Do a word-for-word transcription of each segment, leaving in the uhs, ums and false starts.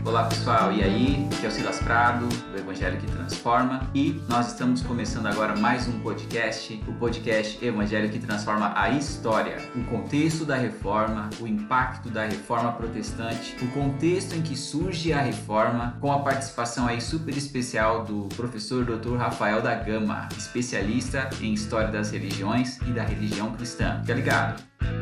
Olá pessoal, e aí? Aqui é o Silas Prado, do Evangelho que Transforma, e nós estamos começando agora mais um podcast, o podcast Evangelho que Transforma a História, o contexto da Reforma, o impacto da Reforma Protestante, o contexto em que surge a Reforma, com a participação aí super especial do professor doutor Rafael da Gama, especialista em História das Religiões e da Religião Cristã. Fica ligado!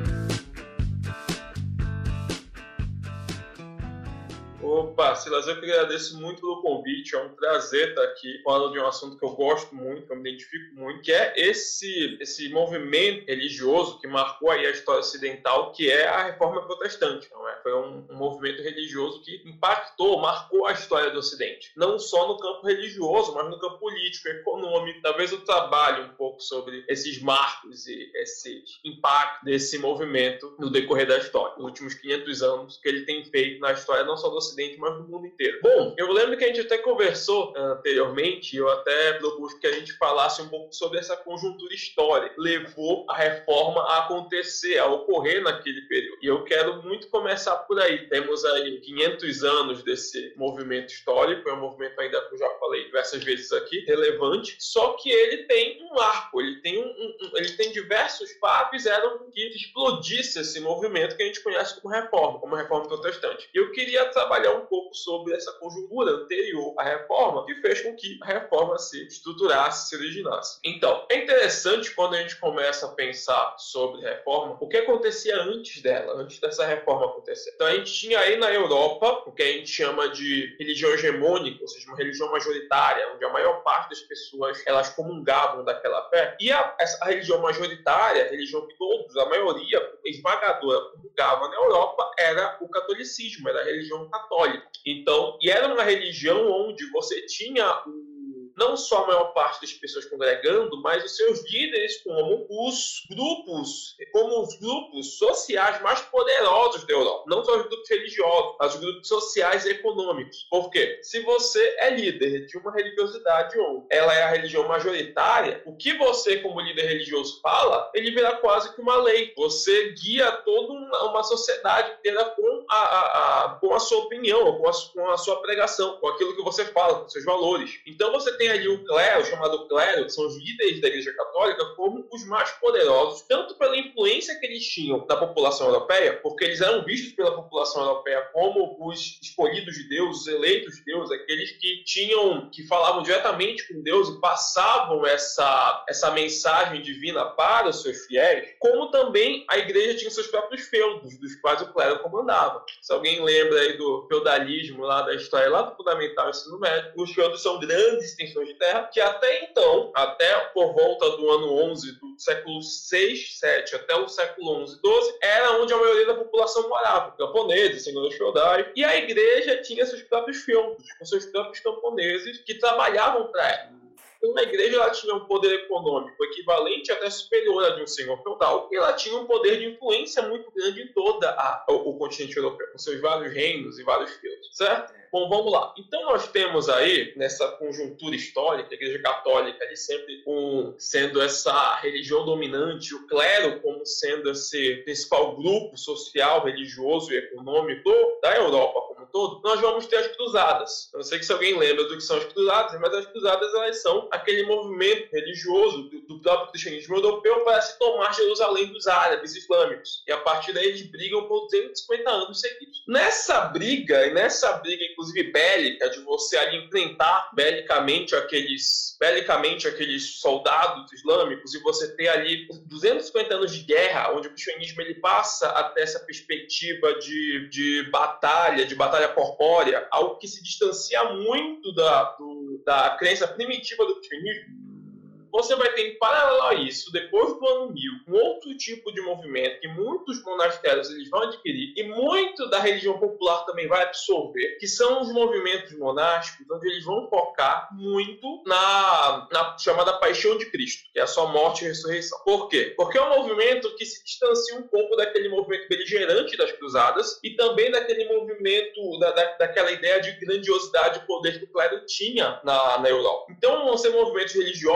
Opa, Silas, eu que agradeço muito pelo convite, é um prazer estar aqui falando de um assunto que eu gosto muito, que eu me identifico muito, que é esse, esse movimento religioso que marcou aí a história ocidental, que é a Reforma Protestante, não é? Foi um, um movimento religioso que impactou, marcou a história do Ocidente, não só no campo religioso, mas no campo político, econômico. Talvez eu trabalhe um pouco sobre esses marcos e esse impacto desse movimento no decorrer da história, nos últimos quinhentos anos, que ele tem feito na história não só do Ocidente, mas no mundo inteiro. Bom, eu lembro que a gente até conversou uh, anteriormente, eu até propus que a gente falasse um pouco sobre essa conjuntura histórica que levou a reforma a acontecer, a ocorrer naquele período. E eu quero muito começar por aí. Temos aí quinhentos anos desse movimento histórico, é um movimento ainda que eu já falei diversas vezes aqui, relevante, só que ele tem um arco, ele tem, um, um, ele tem diversos fatos eram que explodisse esse movimento que a gente conhece como reforma, como reforma protestante. E eu queria trabalhar um pouco sobre essa conjuntura anterior à reforma que fez com que a reforma se estruturasse, se originasse. Então, é interessante quando a gente começa a pensar sobre reforma, o que acontecia antes dela, antes dessa reforma acontecer. Então, a gente tinha aí na Europa o que a gente chama de religião hegemônica, ou seja, uma religião majoritária, onde a maior parte das pessoas elas comungavam daquela fé. E a, essa, a religião majoritária, a religião que todos, a maioria esmagadora comungava na Europa, era o catolicismo, era a religião católica. Então, e era uma religião onde você tinha um não só a maior parte das pessoas congregando, mas os seus líderes como os grupos, como os grupos sociais mais poderosos da Europa. Não só os grupos religiosos, mas os grupos sociais e econômicos. Por quê? Se você é líder de uma religiosidade onde ela é a religião majoritária, o que você, como líder religioso, fala, ele vira quase que uma lei. Você guia toda uma, uma sociedade inteira com a, a, a, com a sua opinião, com a, com a sua pregação, com aquilo que você fala, com seus valores. Então você tem ali o clero, chamado clero, que são os líderes da Igreja Católica, como os mais poderosos, tanto pela influência que eles tinham na população europeia, porque eles eram vistos pela população europeia como os escolhidos de Deus, os eleitos de Deus, aqueles que tinham, que falavam diretamente com Deus e passavam essa, essa mensagem divina para os seus fiéis, como também a Igreja tinha seus próprios feudos, dos quais o clero comandava. Se alguém lembra aí do feudalismo lá da história, lá do fundamental ensino médio, os feudos são grandes extensões de terra, que até então, até por volta do ano onze, do século seis, sete, até o século onze, doze, era onde a maioria da população morava, camponeses, senhores feudais, e a igreja tinha seus próprios feudos, com seus próprios camponeses que trabalhavam para ela. Então, a igreja ela tinha um poder econômico equivalente até superior a de um senhor feudal, e ela tinha um poder de influência muito grande em todo o continente europeu, com seus vários reinos e vários feudos, certo? Bom, vamos lá. Então, nós temos aí, nessa conjuntura histórica, a Igreja Católica ali sempre um, sendo essa religião dominante, o clero como sendo esse principal grupo social, religioso e econômico da Europa como um todo, nós vamos ter as cruzadas. Eu não sei se alguém lembra do que são as cruzadas, mas as cruzadas elas são aquele movimento religioso do, do próprio cristianismo europeu para se tomar Jerusalém dos árabes islâmicos. E a partir daí eles brigam por duzentos e cinquenta anos seguidos. Nessa briga, e nessa briga, inclusive, bélica, de você ali enfrentar belicamente aqueles, belicamente aqueles soldados islâmicos e você ter ali duzentos e cinquenta anos de guerra, onde o cristianismo ele passa a ter essa perspectiva de, de batalha, de batalha corpórea, algo que se distancia muito da, do, da crença primitiva do cristianismo. Você vai ter em paralelo a isso, depois do ano mil, um outro tipo de movimento que muitos monastérios eles vão adquirir e muito da religião popular também vai absorver, que são os movimentos monásticos, onde eles vão focar muito na, na chamada Paixão de Cristo, que é a sua morte e ressurreição. Por quê? Porque é um movimento que se distancia um pouco daquele movimento beligerante das cruzadas e também daquele movimento, da, da, daquela ideia de grandiosidade e poder que o clero tinha na, na Europa. Então vão ser movimentos religiosos que eles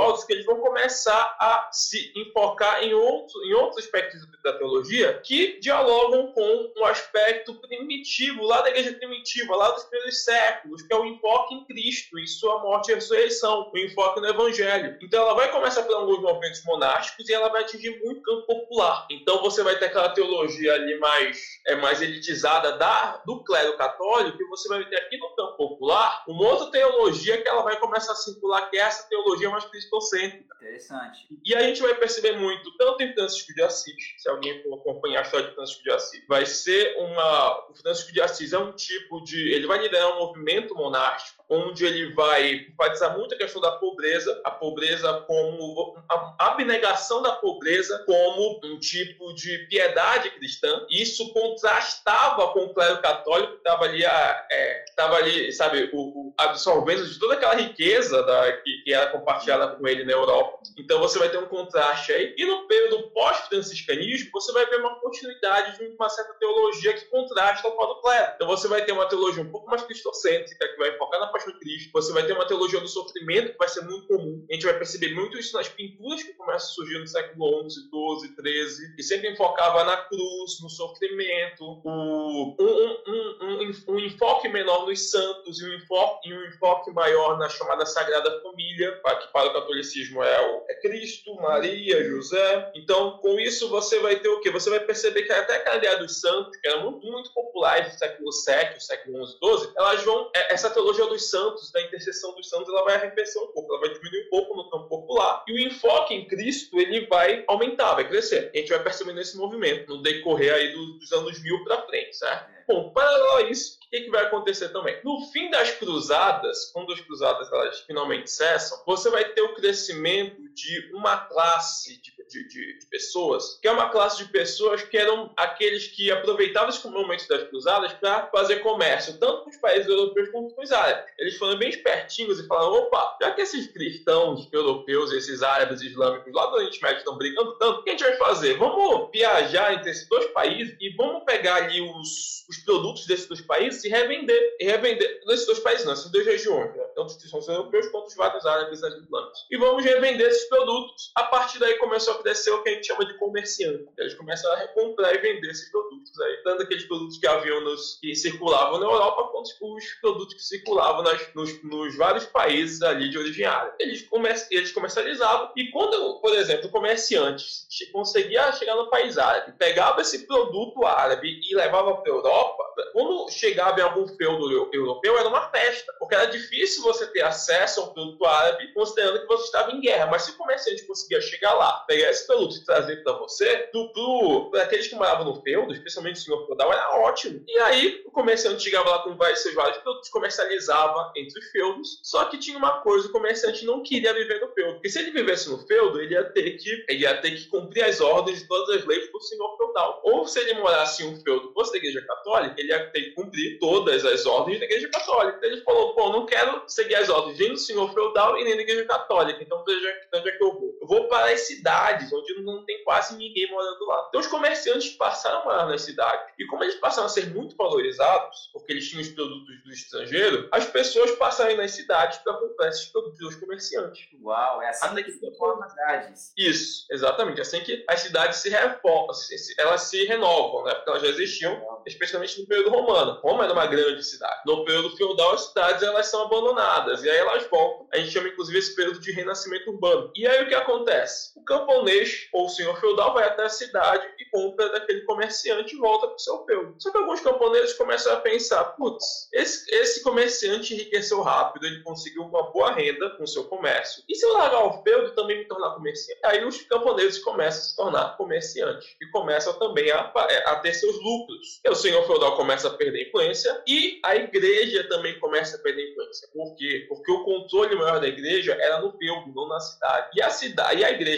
vão começar a se enfocar em, outro, em outros aspectos da teologia que dialogam com um aspecto primitivo, lá da igreja primitiva, lá dos primeiros séculos, que é o enfoque em Cristo, em sua morte e ressurreição, o enfoque no Evangelho. Então ela vai começar por alguns movimentos monásticos e ela vai atingir muito campo popular. Então você vai ter aquela teologia ali mais, é, mais elitizada da, do clero católico, e você vai ter aqui no campo popular uma outra teologia que ela vai começar a circular, que é essa teologia mais cristocêntrica. Interessante. E a gente vai perceber muito, tanto em Francisco de Assis, se alguém for acompanhar a história de Francisco de Assis, vai ser uma... O Francisco de Assis é um tipo de... Ele vai liderar um movimento monástico, onde ele vai enfatizar muito a questão da pobreza, a pobreza como... a abnegação da pobreza como um tipo de piedade cristã. Isso contrastava com o clero católico, que estava ali, é, estava ali, sabe, o, o absorvendo de toda aquela riqueza da, que, que era compartilhada com ele na Europa. Então você vai ter um contraste aí. E no período pós-franciscanismo, você vai ver uma continuidade de uma certa teologia que contrasta com a do clero. Então você vai ter uma teologia um pouco mais cristocêntrica, que vai focar na paixão de Cristo. Você vai ter uma teologia do sofrimento, que vai ser muito comum. A gente vai perceber muito isso nas pinturas que começam a surgir no século onze, doze, treze, que sempre enfocava na cruz, no sofrimento, o, um, um, um, um, um enfoque menor nos santos e um enfoque, e um enfoque maior na chamada Sagrada Família, que para o catolicismo é, o, é Cristo, Maria, José. Então, com isso, você vai ter o quê? Você vai perceber que até aquela ideia dos santos, que era muito, muito popular no século sete, século onze, doze, elas vão, essa teologia dos santos, da intercessão dos santos, ela vai arrefecer um pouco, ela vai diminuir um pouco no campo popular, e o enfoque em Cristo, ele vai aumentar, vai crescer. E a gente vai percebendo esse movimento no decorrer aí dos, dos anos mil para frente, certo? Bom, paralelo a isso, o que, que vai acontecer também? No fim das cruzadas, quando as cruzadas elas finalmente cessam, você vai ter o crescimento de uma classe de, de, de, de pessoas, que é uma classe de pessoas que eram aqueles que aproveitavam esse momento das cruzadas para fazer comércio, tanto com os países europeus quanto com os árabes. Eles foram bem espertinhos e falaram, opa, já que esses cristãos europeus, esses árabes islâmicos lá do Oriente Médio estão brigando tanto, o que a gente vai fazer? Vamos viajar entre esses dois países e vamos pegar ali os, os produtos desses dois países e revender. E revender desses dois países, não, essas duas regiões, né? Tanto os europeus quanto os vários árabes islâmicos. E vamos revender esses produtos. A partir daí começou a crescer o que a gente chama de comerciante. Eles começaram a comprar e vender esses produtos aí. Tanto aqueles produtos que haviam nos, que circulavam na Europa, quanto os produtos que circulavam nas, nos, nos vários países ali de origem árabe. Eles, comer, eles comercializavam. E quando, por exemplo, o comerciante conseguia chegar no país árabe, pegava esse produto árabe e levava para a Europa, quando chegava em algum feudo europeu, era uma festa, porque era difícil você ter acesso ao produto árabe, considerando que você estava em guerra. Mas se o comerciante conseguia chegar lá, pegar esse produto e trazer para você, para aqueles que moravam no feudo, especialmente o senhor feudal, era ótimo. E aí o comerciante chegava lá com vários, seus vários produtos, comercializava entre os feudos, só que tinha uma coisa, o comerciante não queria viver no feudo, porque se ele vivesse no feudo, ele ia ter que, ele ia ter que cumprir as ordens de todas as leis do senhor feudal. Ou se ele morasse em um feudo fosse da igreja católica, ele ia ter que cumprir todas as ordens da igreja católica. Então ele falou, pô, não quero seguir as ordens nem do senhor feudal e nem da igreja católica, então onde é que eu vou? Eu vou para as cidades, onde não tem quase ninguém morando lá. Então os comerciantes passaram a morar nas cidades. E como eles passaram a ser muito valorizados, porque eles tinham os produtos do estrangeiro, as pessoas passaram nas cidades para comprar esses produtos dos comerciantes. Uau, é assim Até que se formam as cidades. Isso, exatamente. É assim que as cidades se reformam, elas se renovam, né? Porque elas já existiam, especialmente no período romano. Roma era uma grande cidade. No período feudal, as cidades elas são abandonadas. E aí elas voltam. A gente chama, inclusive, esse período de renascimento urbano. E aí o que acontece? O camponês ou o senhor feudal vai até a cidade e compra daquele comerciante e volta para o seu feudo. Só que alguns camponeses começam a pensar, putz, esse, esse comerciante enriqueceu rápido, ele conseguiu uma boa renda com o seu comércio. E se eu largar o feudo e também me tornar comerciante? Aí os camponeses começam a se tornar comerciantes e começam também a, a ter seus lucros. E o senhor feudal começa a perder influência e a igreja também começa a perder influência. Por quê? Porque o controle maior da igreja era no feudo, não na cidade. E a cidade, e a igreja católica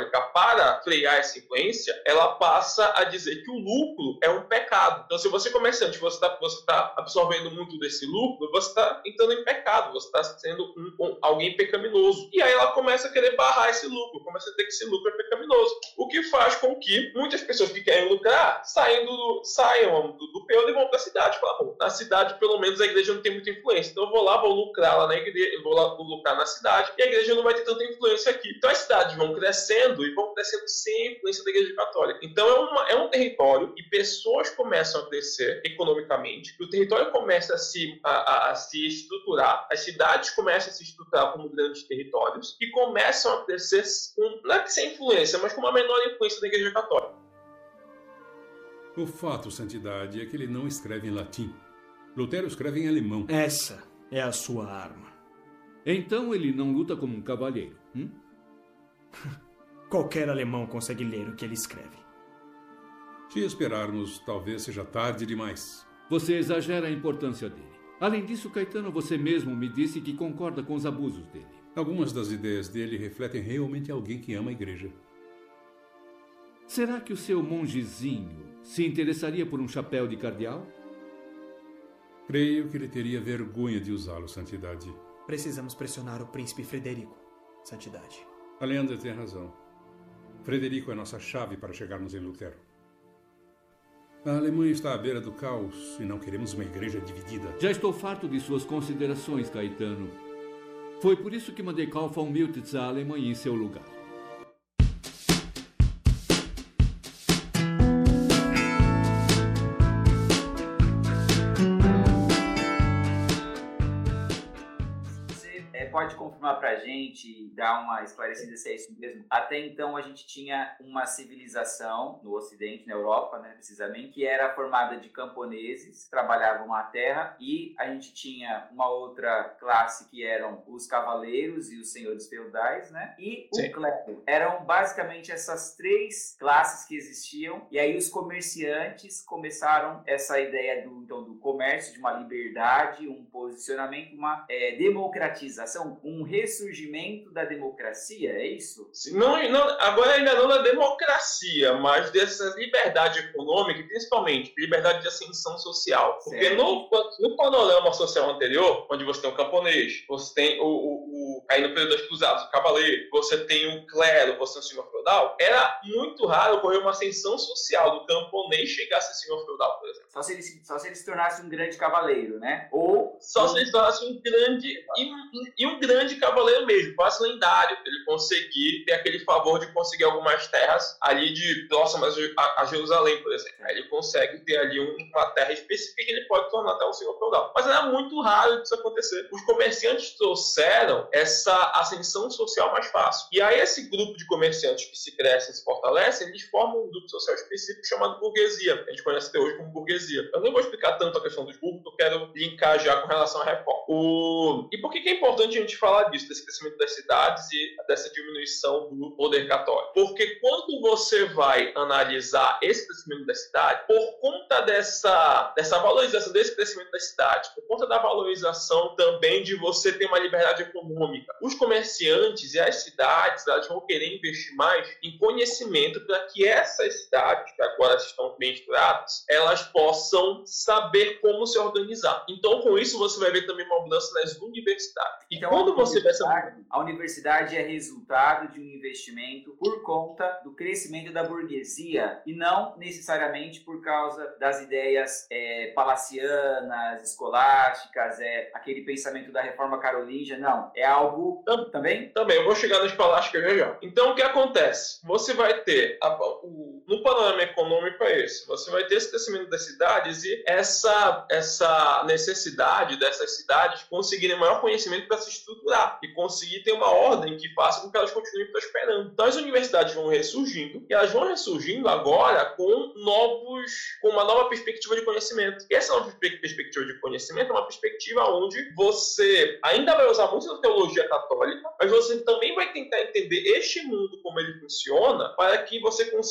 Católica, para frear essa influência, ela passa a dizer que o lucro é um pecado. Então, se você é comerciante, você está você tá absorvendo muito desse lucro, você está entrando em pecado, você está sendo um, um, alguém pecaminoso. E aí ela começa a querer barrar esse lucro, começa a ter que esse lucro é pecaminoso. O que faz com que muitas pessoas que querem lucrar saiam do, saiam do, do feudo e vão para a cidade. Falam, bom, na cidade, pelo menos, a igreja não tem muita influência. Então eu vou lá, vou lucrar lá na igreja, eu vou lá vou lucrar na cidade, e a igreja não vai ter tanta influência aqui. Então as cidades vão crescendo e vão crescendo sem a influência da igreja católica. Então é, uma, é um território e pessoas começam a crescer economicamente, e o território começa a se, a, a, a se estruturar, as cidades começam a se estruturar como grandes territórios e começam a crescer, com, não é que sem influência, mas com uma menor influência da igreja católica. O fato, Santidade, é que ele não escreve em latim. Lutero escreve em alemão. Essa é a sua arma. Então ele não luta como um cavalheiro, hum? Qualquer alemão consegue ler o que ele escreve. Se esperarmos, talvez seja tarde demais. Você exagera a importância dele. Além disso, Caetano, você mesmo me disse que concorda com os abusos dele. Algumas das ideias dele refletem realmente alguém que ama a igreja. Será que o seu mongezinho se interessaria por um chapéu de cardeal? Creio que ele teria vergonha de usá-lo, Santidade. Precisamos pressionar o príncipe Frederico, Santidade. A Leandra tem razão. Frederico é nossa chave para chegarmos em Lutero. A Alemanha está à beira do caos e não queremos uma igreja dividida. Já estou farto de suas considerações, Caetano. Foi por isso que mandei Karl von Miltitz à Alemanha em seu lugar. Pode confirmar pra gente, dar uma esclarecida se é isso mesmo? Até então a gente tinha uma civilização no Ocidente, na Europa, né, precisamente, que era formada de camponeses, que trabalhavam a terra, e a gente tinha uma outra classe que eram os cavaleiros e os senhores feudais, né? E Sim. o clero. Eram basicamente essas três classes que existiam, e aí os comerciantes começaram essa ideia do, então, do comércio, de uma liberdade, um posicionamento, uma é, democratização, um ressurgimento da democracia, é isso? Não, não, agora ainda não da democracia, mas dessa liberdade econômica e principalmente liberdade de ascensão social. Porque no, no panorama social anterior, onde você tem o camponês, você tem o, o, o aí no período das cruzadas, o cavaleiro, você tem o clero, você tem o senhor feudal, era muito raro ocorrer uma ascensão social do camponês chegar a ser senhor feudal, por exemplo. Só se ele, só se ele se tornasse um grande cavaleiro, né? Ou só se ele se tornasse um grande e, e um grande cavaleiro mesmo, quase lendário, ele conseguir ter aquele favor de conseguir algumas terras ali de próximas a, a Jerusalém, por exemplo. Aí ele consegue ter ali um, uma terra específica que ele pode tornar até um senhor feudal. Mas era muito raro isso acontecer. Os comerciantes trouxeram essa ascensão social mais fácil. E aí esse grupo de comerciantes que se crescem e se fortalecem, eles formam um grupo social específico chamado burguesia. A gente conhece até hoje como burguesia. Eu não vou explicar tanto a questão dos grupos, eu quero linkar já com relação à reforma. O... E por que é importante a gente falar disso, desse crescimento das cidades e dessa diminuição do poder católico? Porque quando você vai analisar esse crescimento da cidade, por conta dessa, dessa valorização desse crescimento da cidade, por conta da valorização também de você ter uma liberdade econômica, os comerciantes e as cidades, elas vão querer investir mais em conhecimento para que essas cidades, que agora estão bem estruturadas, elas possam saber como se organizar. Então, com isso, você vai ver também uma mudança nas universidades. E então, quando você vê essa... A universidade é resultado de um investimento por conta do crescimento da burguesia e não necessariamente por causa das ideias é, palacianas, escolásticas, é, aquele pensamento da reforma carolíngia. Não, é algo também? Também, eu vou chegar nas escolásticas já já. Então, o que acontece? Você vai ter, a, o, no panorama econômico é esse, você vai ter esse crescimento das cidades e essa, essa necessidade dessas cidades conseguirem maior conhecimento para se estruturar e conseguir ter uma ordem que faça com que elas continuem prosperando. Então as universidades vão ressurgindo e elas vão ressurgindo agora com novos, com uma nova perspectiva de conhecimento. E essa nova perspectiva de conhecimento é uma perspectiva onde você ainda vai usar muito da teologia católica, mas você também vai tentar entender este mundo como ele funciona para que você consiga dar uma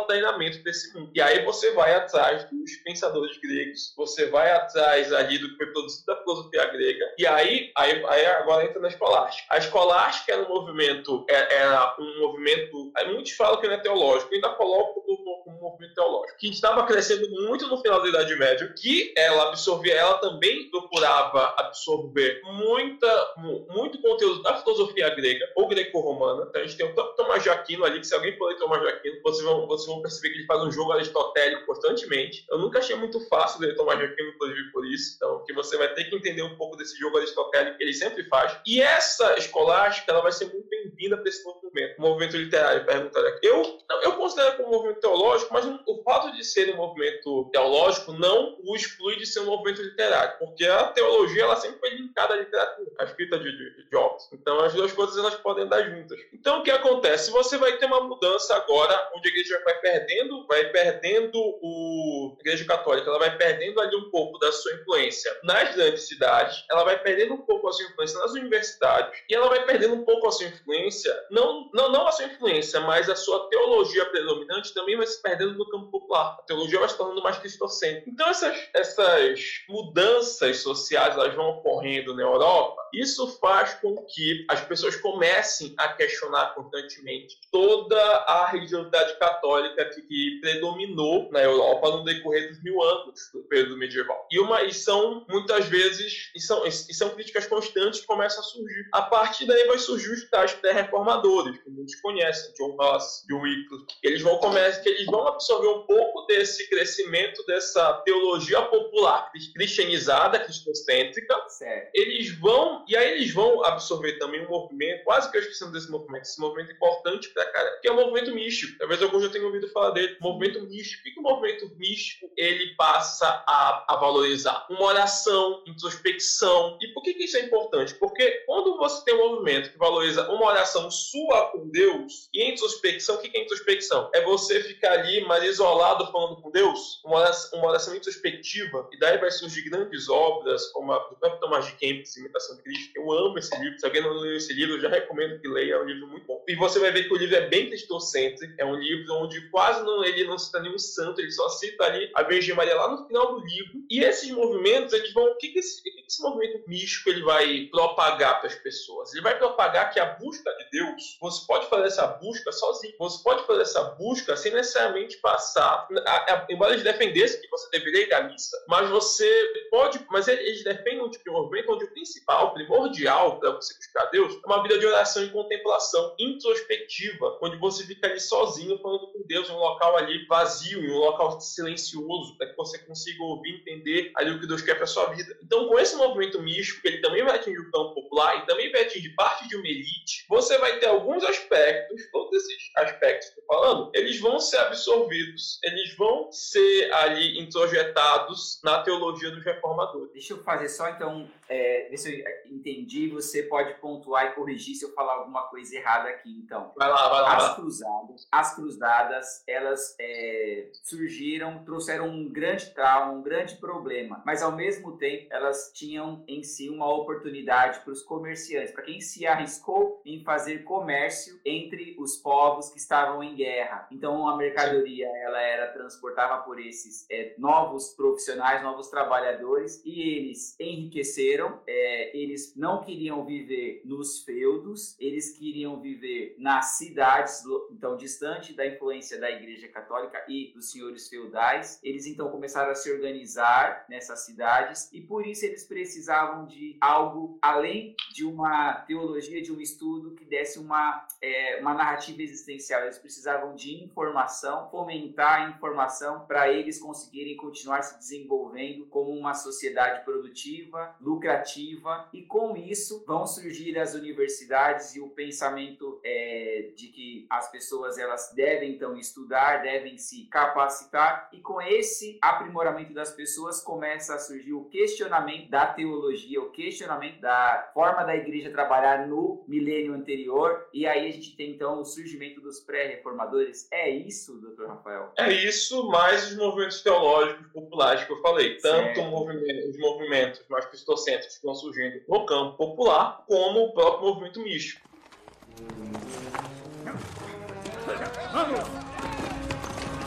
o treinamento desse mundo. E aí você vai atrás dos pensadores gregos, você vai atrás ali do que foi produzido da filosofia grega, e aí, aí, aí agora entra na escolástica. A escolástica era um movimento, era um movimento, muitos falam que não é teológico, eu ainda coloco como um movimento teológico, que estava crescendo muito no final da Idade Média, que ela absorvia, ela também procurava absorver muita, muito conteúdo da filosofia grega ou greco-romana. Então a gente tem o próprio Tomás de Aquino ali, que se alguém for ler Tomás de Aquino, vocês vão, vocês vão perceber que ele faz um jogo aristotélico constantemente. Eu nunca achei muito fácil ler Tomás de Aquino, inclusive por isso, então que você vai ter que entender um pouco desse jogo aristotélico que ele sempre faz. E essa escolástica, ela vai ser muito bem-vinda para esse movimento, o movimento literário, perguntaram aqui. Eu, eu considero como um movimento teológico, mas o fato de ser um movimento teológico não o exclui de ser um movimento literário, porque a teologia ela sempre foi linkada à literatura, à escrita de, de, de Jobs. Então as duas coisas elas podem andar juntas. Então o que acontece? Você vai ter uma mudança agora, onde a igreja vai perdendo, vai perdendo o... a igreja católica, ela vai perdendo ali um pouco da sua influência nas grandes cidades, ela vai perdendo um pouco a sua influência nas universidades, e ela vai perdendo um pouco a sua influência, não, não, não a sua influência, mas a sua teologia predominante também vai se perdendo no campo popular. A teologia vai se tornando mais cristocêntrica. Então essas, essas mudanças sociais elas vão ocorrendo na Europa. Isso faz com que as pessoas comecem a questionar constantemente toda a religiosidade católica que, que predominou na Europa no decorrer dos mil anos do período medieval. E, uma, e são, muitas vezes, e são, e são críticas constantes que começam a surgir. A partir daí vai surgir os tais pré-reformadores, que muitos conhecem, John Huss, John Wycliffe. Eles vão começar, que eles vão absorver um pouco desse crescimento, dessa teologia popular cristianizada, cristocêntrica. Certo. Eles vão, e aí eles vão absorver também um movimento, quase que eu esqueci desse movimento, esse movimento importante pra cara, que é o movimento místico. Talvez alguns já tenham ouvido falar dele. O movimento místico. O que o movimento místico ele passa a, a valorizar? Uma oração, introspecção. E por que, que isso é importante? Porque quando você tem um movimento que valoriza uma oração sua com Deus e introspecção, o que, que é introspecção? É você ficar ali, mas isolado, falando com Deus, uma oração, uma oração introspectiva, e daí vai surgir grandes obras, como a do próprio Tomás de Kempis, Imitação de Cristo. Eu amo esse livro. Se alguém não leu esse livro, eu já recomendo que leia. É um livro muito bom. E você vai ver que o livro é bem cristocêntrico. É um livro onde quase não, ele não cita nenhum santo, ele só cita ali a Virgem Maria lá no final do livro. E esses movimentos, eles vão... O que, que, esse, o que, que esse movimento místico ele vai propagar para as pessoas? Ele vai propagar que a busca de Deus, você pode fazer essa busca sozinho. Você pode fazer essa busca sem necessariamente passar... A, a, embora eles defendessem que você deveria ir à missa, mas você pode... Mas eles defendem um tipo de movimento onde o principal, primordial para você buscar Deus é uma vida de oração e contemplação introspectiva, onde você fica ali sozinho falando com Deus em um local ali vazio, em um local silencioso, para que você consiga ouvir e entender ali o que Deus quer para sua vida. Então, com esse movimento místico, que ele também vai atingir o campo popular e também vai atingir parte de uma elite, você vai ter alguns aspectos, todos esses aspectos que eu estou falando, eles vão ser absorvidos, eles vão ser ali introjetados na teologia dos reformadores. Deixa eu fazer só, então, é, ver se eu entendi, você pode pontuar e corrigir se eu falar alguma coisa errada aqui, então. Vai lá, vai lá. As cruzadas, as cruzadas, elas é, surgiram, trouxeram um grande trauma, um grande problema, mas ao mesmo tempo elas tinham em si uma oportunidade para os comerciantes, para quem se arriscou em fazer comércio entre os povos que estavam em guerra. Então a mercadoria ela era transportada por esses é, novos profissionais, novos trabalhadores, e eles enriqueceram, é, eles não queriam viver nos feudos, eles queriam viver nas cidades, então distante da influência da Igreja Católica e dos senhores feudais. Eles então começaram a se organizar nessas cidades e por isso eles precisavam de algo além de uma teologia, de um estudo que desse uma, é, uma narrativa existencial. Eles precisavam de informação, fomentar a informação para eles conseguirem continuar se desenvolvendo como uma sociedade produtiva, lucrativa, e com isso vão surgir as universidades e o pensamento é, de que as pessoas elas devem então estudar, devem se capacitar, e com esse aprimoramento das pessoas começa a surgir o questionamento da teologia, o questionamento da forma da igreja trabalhar no milênio anterior, e aí a gente tem então o surgimento dos pré-reformadores. É isso, doutor Rafael? É isso, mais os movimentos teológicos populares que eu falei. Tanto movimento, os movimentos mais cristocêntricos que estão surgindo no campo popular, como o próprio movimento místico.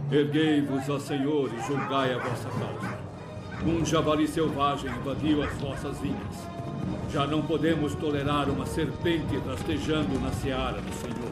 Erguei-vos, ó Senhor, e julgai a vossa causa. Um javali selvagem invadiu as vossas vinhas. Já não podemos tolerar uma serpente rastejando na seara do Senhor.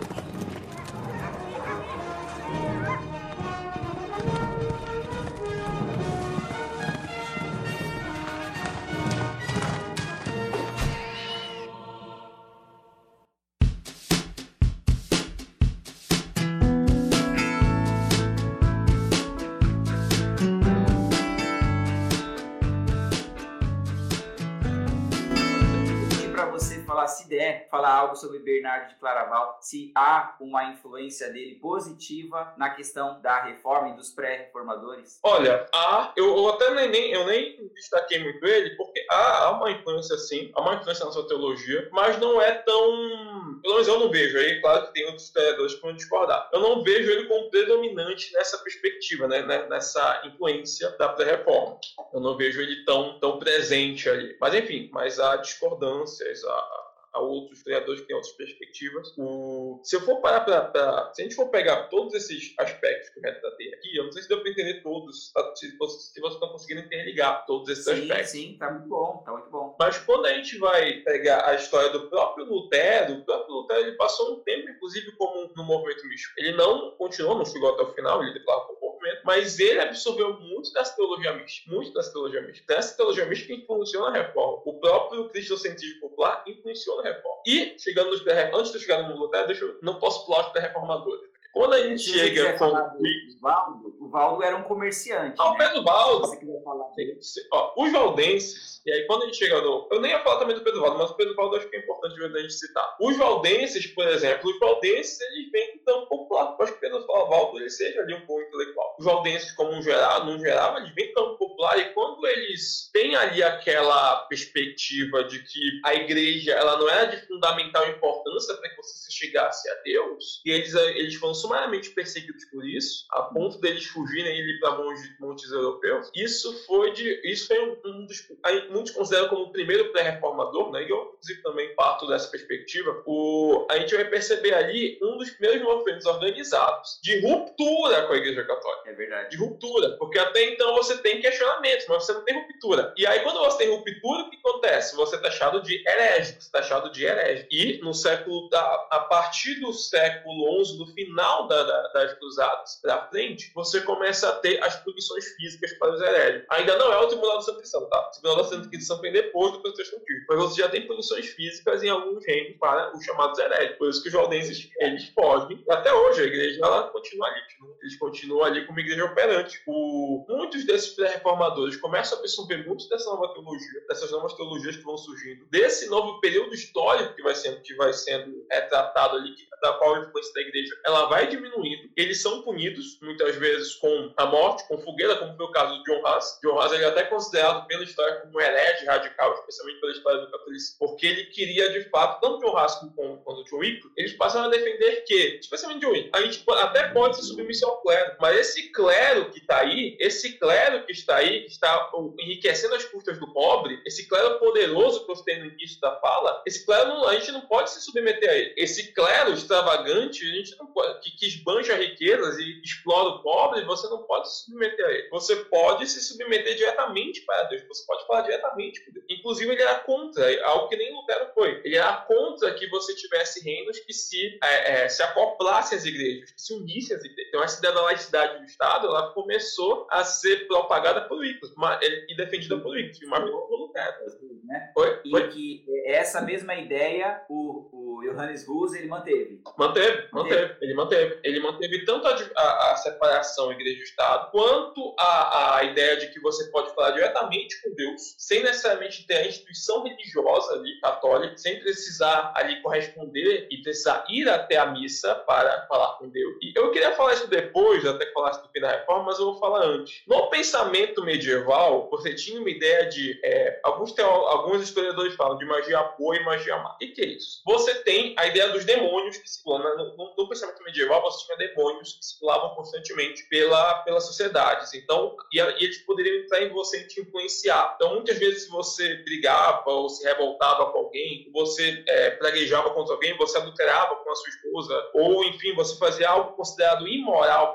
Se der, falar algo sobre Bernardo de Claraval, se há uma influência dele positiva na questão da reforma e dos pré-reformadores? Olha, há, eu, eu até nem, eu nem destaquei muito ele, porque há, há uma influência sim, há uma influência na sua teologia, mas não é tão... Pelo menos eu não vejo, aí claro que tem outros historiadores que vão discordar. Eu não vejo ele como predominante nessa perspectiva, né, nessa influência da pré-reforma. Eu não vejo ele tão, tão presente ali. Mas enfim, mas há discordâncias, há... a outros criadores que têm outras perspectivas. O... Se eu for parar para... Se a gente for pegar todos esses aspectos que eu retratei aqui, eu não sei se deu para entender todos, se vocês estão conseguindo interligar todos esses sim, aspectos. Sim, sim, tá muito bom, tá muito bom. Mas quando a gente vai pegar a história do próprio Lutero, o próprio Lutero ele passou um tempo, inclusive, como no movimento místico. Ele não continuou, não chegou até o final, ele declarou como movimento, mas ele absorveu muito dessa teologia mística, muito dessa teologia mística. Dessa teologia mística que influenciou na reforma. O próprio cristocentrismo popular influenciou na reforma. E, chegando nos pré antes de eu chegar no Lutero, deixa eu, não posso pular os pré-reformadores. Quando a gente Se chega com o Valdo, o Valdo era um comerciante. Ah, né? o Pedro Valdo. Se você quiser falar dele. Ó, os valdenses, e aí quando a gente chega no... Eu nem ia falar também do Pedro Valdo, mas o Pedro Valdo acho que é importante a gente citar. Os valdenses, por exemplo, os valdenses, eles vêm tão popular. Eu acho que o Pedro Valdo ele seja ali um pouco intelectual. Os valdenses, como um geral, num geral, eles vêm tão popular e quando eles têm ali aquela perspectiva de que a igreja ela não era de fundamental importância para que você chegasse a Deus, e eles, eles foram sumariamente perseguidos por isso, a ponto deles fugirem e ir para montes europeus. Isso foi de, isso foi um dos, muitos consideram como o primeiro pré-reformador, né? E eu inclusive também parto dessa perspectiva. O, a gente vai perceber ali um dos primeiros movimentos organizados de ruptura com a Igreja Católica. É verdade. De ruptura, porque até então você tem questionamentos, mas você não tem ruptura. E aí quando você tem ruptura, o que acontece? Você é taxado de herético, você é taxado de herege. E no século, a, a partir do século onze, do final da, da, das cruzadas para frente, você começa a ter as punições físicas para os heréticos. Ainda não é o Tribunal da Santa Inquisição, tá? O Tribunal da Santa Inquisição vem depois do protestantismo. Mas você já tem punições físicas em alguns reinos para os chamados heréticos. Por isso que os valdenses, eles podem. Até hoje a igreja ela continua ali. Eles continuam ali como igreja operante. O... Muitos desses pré-reformadores começam a absorver muito dessa nova teologia, dessas novas teologias que vão surgindo, desse novo período histórico que vai sendo, que vai sendo retratado ali, da qual a influência da igreja ela vai diminuindo. Eles são punidos, muitas vezes, com a morte, com fogueira, como foi o caso de John Huss. John Huss ele é até considerado pela história como um herege radical, especialmente pela história do catolicismo, porque ele queria, de fato, tanto John Huss como, como John Wycliffe, eles passaram a defender que, especialmente John Wycliffe, a gente até pode se submeter ao clero, mas esse clero que está aí, esse clero que está aí, que está enriquecendo as custas do pobre, esse clero poderoso que eu citei no início da fala, esse clero não, a gente não pode se submeter a ele. Esse clero extravagante, a gente não pode, que, que esbanja riquezas e explora o pobre, você não pode se submeter a ele. Você pode se submeter diretamente para Deus, você pode falar diretamente com Deus. Inclusive, ele era contra, algo que nem Lutero foi. Ele era contra que você tivesse reinos que se, é, é, se acoplassem às igrejas, que se unissem às igrejas. Então, essa ideia da laicidade do Estado, ela começou a ser propagada por Wycliffe e defendida por Wycliffe, mas não por Lutero. Né? Oi? E Oi? que essa mesma ideia o, o Johannes Hus ele manteve. Manteve, manteve. Ele manteve. Ele manteve tanto a, a, a separação igreja e Estado, quanto a, a ideia de que você pode falar diretamente com Deus, sem necessariamente ter a instituição religiosa ali, católica, sem precisar ali corresponder e precisar ir até a missa para falar com Deus. E eu queria falar isso depois, até que falasse do fim da reforma, mas eu vou falar antes. No pensamento medieval, você tinha uma ideia de... É, alguns, teó, alguns historiadores falam de magia boa e magia má. O que, que é isso? Você tem a ideia dos demônios que circulam. No, no, no pensamento medieval, você tinha demônios que circulavam constantemente pela, pelas sociedades. Então, e, e eles poderiam entrar em você e te influenciar. Então, muitas vezes, se você brigava ou se revoltava com alguém, você é, praguejava contra alguém, você adulterava com a sua esposa, ou, enfim, você fazia algo considerado imoral para aquele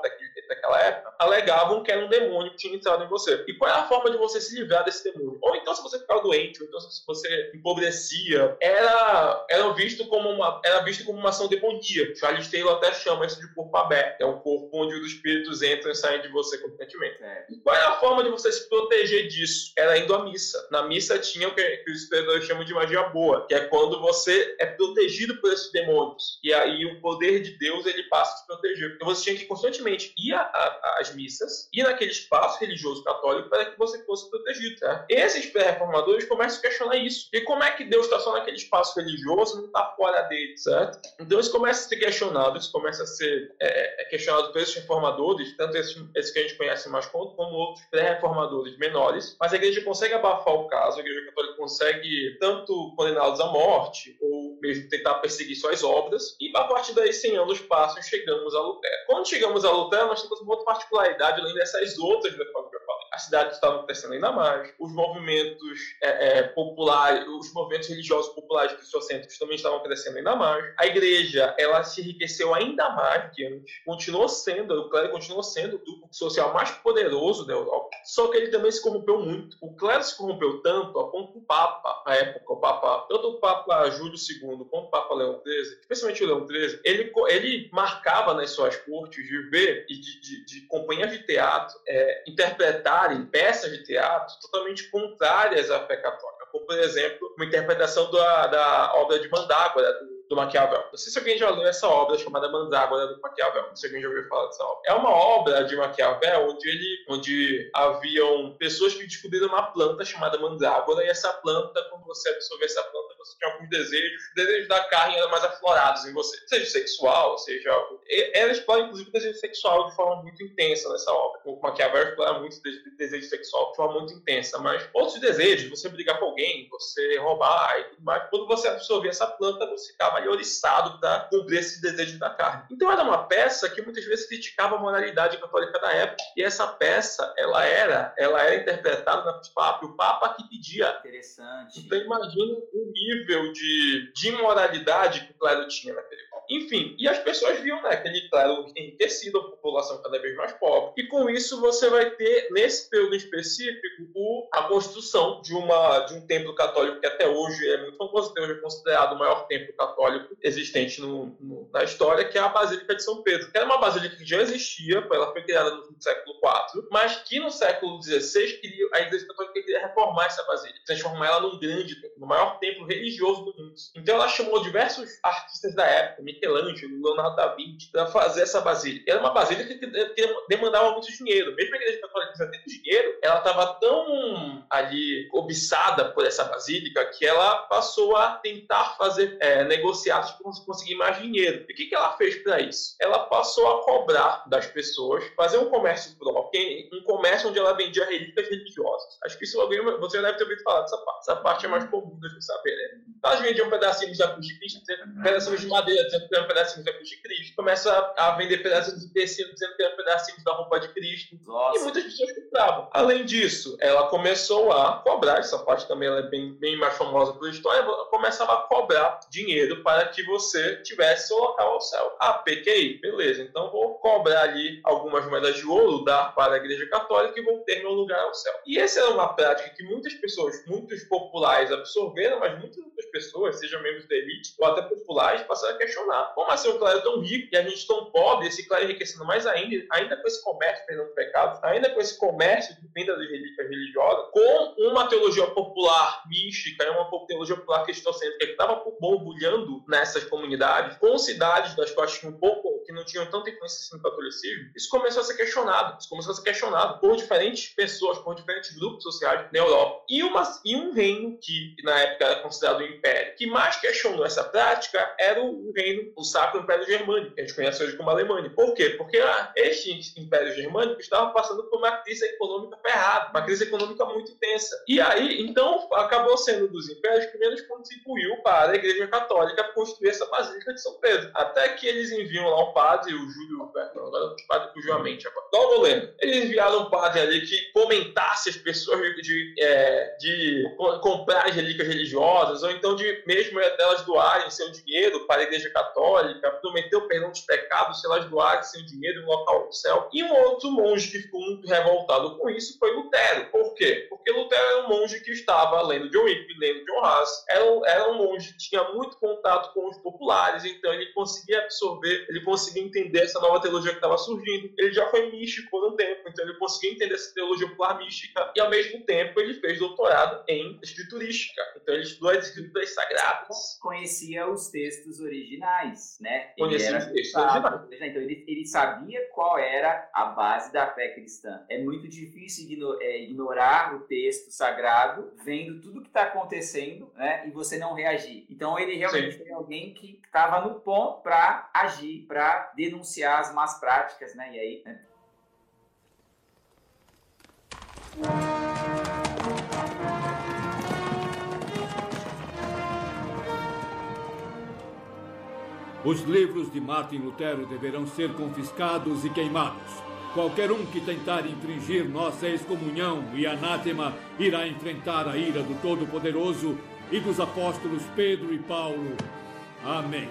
daquela época, alegavam que era um demônio que tinha entrado em você. E qual é a forma de você se livrar desse demônio? Ou então, se você ficava doente, ou então se você empobrecia, era, era, visto, como uma, era visto como uma ação demoníaca. Charles Taylor até chama isso de corpo aberto. É um corpo onde os espíritos entram e saem de você constantemente. É. E qual é a forma de você se proteger disso? Era indo à missa. Na missa tinha o que, que os historiadores chamam de magia boa, que é quando você é protegido por esses demônios. E aí o poder de Deus, ele passa a te proteger. Então você tinha que constantemente ir às missas, ir naquele espaço religioso católico para que você fosse protegido. Tá? Esses pré-reformadores começam a questionar isso. E como é que Deus está só naquele espaço religioso e não está fora dele, certo? Então isso começa a ser questionado, isso começa a ser é, é questionado por esses reformadores, tanto esses, esses que a gente conhece mais como, como outros pré-reformadores menores, mas a igreja consegue abafar o caso, a igreja católica consegue tanto condená-los à morte, ou mesmo tentar perseguir suas obras, e a partir daí, cem anos passam e chegamos a Lutero. Quando chegamos a Lutero, nós temos uma outra particularidade, além dessas outras reformas que eu falei. A cidade estava crescendo ainda mais, os movimentos é, é, populares, os movimentos religiosos populares cristocêntricos também estavam crescendo ainda mais. A igreja, ela se enriqueceu ainda mais que antes, continuou sendo, o clero continuou sendo o grupo social mais poderoso da Europa, só que ele também se corrompeu muito. O clero se corrompeu tanto a ponto que o Papa, na época, o Papa, tanto o Papa Júlio segundo quanto o Papa Leão treze, especialmente o Leão treze, ele, ele marcava nas suas cortes de ver e de, de, de companhias de teatro é, interpretarem peças de teatro totalmente contrárias à fé católica, como, por exemplo, uma interpretação da, da obra de Mandágora, do do Maquiavel. Não sei se alguém já leu essa obra chamada Mandágora do Maquiavel. Não sei se alguém já ouviu falar dessa obra. É uma obra de Maquiavel onde, ele, onde haviam pessoas que descobriram uma planta chamada Mandágora, e essa planta, quando você absorver essa planta, você tinha alguns desejos. Os desejos da carne eram mais aflorados em você. Seja sexual, seja... Ela explora, inclusive, o desejo sexual de forma muito intensa nessa obra. O Maquiavel explora muito o desejo sexual de forma muito intensa, mas outros desejos, você brigar com alguém, você roubar e tudo mais, quando você absorver essa planta, você ficava oriçado para cumprir esses desejos da carne. Então era uma peça que muitas vezes criticava a moralidade católica da época, e essa peça, ela era, ela era interpretada no Papa, o Papa que pedia. Interessante. Então imagina o nível de, de imoralidade que o clero tinha naquele momento. Enfim, e as pessoas viam, né, aquele clero enriquecido, a população cada vez mais pobre, e com isso você vai ter, nesse período específico, o, a construção de, uma, de um templo católico que até hoje é muito famoso, até hoje é considerado o maior templo católico existente no, no, na história, que é a Basílica de São Pedro, que era uma basílica que já existia, ela foi criada no século quatro, mas que no século dezesseis queria, a Igreja Católica queria reformar essa basílica, transformar ela num grande templo, no maior templo religioso do mundo. Então ela chamou diversos artistas da época, Michelangelo, Leonardo da Vinci, para fazer essa basílica. Era uma basílica que, que demandava muito dinheiro. Mesmo a Igreja Católica já tendo dinheiro, ela estava tão ali cobiçada por essa basílica que ela passou a tentar fazer é, negociados para conseguir mais dinheiro. E o que, que ela fez para isso? Ela passou a cobrar das pessoas, fazer um comércio próprio, um comércio onde ela vendia relíquias religiosas. Acho que isso alguém, você deve ter ouvido falar dessa parte. Essa parte é mais comum de você saber, né? Elas vendiam pedacinhos da cruz de Cristo, pedacinhos de madeira, dizendo que eram pedacinhos da cruz de Cristo. Começa a vender pedacinhos de tecido, dizendo que eram pedacinhos da roupa de Cristo. Nossa. E muitas pessoas compravam. Além disso, ela começou a cobrar, essa parte também ela é bem, bem mais famosa pela história, ela começava a cobrar dinheiro para que você tivesse seu local ao céu. Ah, pequei? Beleza, então vou cobrar ali algumas moedas de ouro, dar para a Igreja Católica e vou ter meu lugar ao céu. E essa era uma prática que muitas pessoas, muitos populares absorveram, mas muitas outras pessoas, sejam membros da elite ou até populares, passaram a questionar. Como assim um clero tão rico e a gente tão pobre, esse clero enriquecendo mais ainda, ainda com esse comércio perdendo pecados, ainda com esse comércio de venda de relíquias religiosas, com uma teologia popular mística e uma teologia popular cristocêntrica que estava borbulhando nessas comunidades, com cidades das quais tinham um pouco, que não tinham tanta influência assim no catolicismo, isso começou a ser questionado. Isso começou a ser questionado por diferentes pessoas, por diferentes grupos sociais na Europa. E, uma, e um reino que, na época, era considerado um império, que mais questionou essa prática era o reino, o Sacro Império Germânico, que a gente conhece hoje como Alemanha. Por quê? Porque ah, este Império Germânico estava passando por uma crise econômica ferrada, uma crise econômica muito intensa. E aí, então, acabou sendo um dos impérios que menos contribuiu para a Igreja Católica construir essa Basílica de São Pedro. Até que eles enviam lá um padre, o Júlio, agora o padre fugiu a mente agora. Não vou lembro. Eles enviaram um padre ali que comentasse as pessoas de, de, é, de comprar as relíquias religiosas, ou então de mesmo elas doarem seu dinheiro para a Igreja Católica, prometeu perdão dos pecados se elas doarem seu dinheiro no local do céu. E um outro monge que ficou muito revoltado com isso foi Lutero. Por quê? Porque Lutero era um monge que estava lendo John Wycliffe, lendo John Huss, era, era um monge que tinha muito contato com os populares, então ele conseguia absorver, ele conseguia entender essa nova teologia que estava surgindo. Ele já foi místico por um tempo, então ele conseguia entender essa teologia popular mística, e ao mesmo tempo ele fez doutorado em escriturística. Então ele estudou as escrituras sagradas. Conhecia os textos originais, né? Ele Conhecia era os textos originais. Então ele, ele sabia qual era a base da fé cristã. É muito difícil igno, é, ignorar o texto sagrado, vendo tudo que está acontecendo, né? E você não reagir. Então ele realmente Sim. foi alguém que estava no ponto para agir, para denunciar as más práticas, né? E aí, né? Os livros de Martim Lutero deverão ser confiscados e queimados. Qualquer um que tentar infringir nossa excomunhão e anátema irá enfrentar a ira do Todo-Poderoso e dos apóstolos Pedro e Paulo. Amém.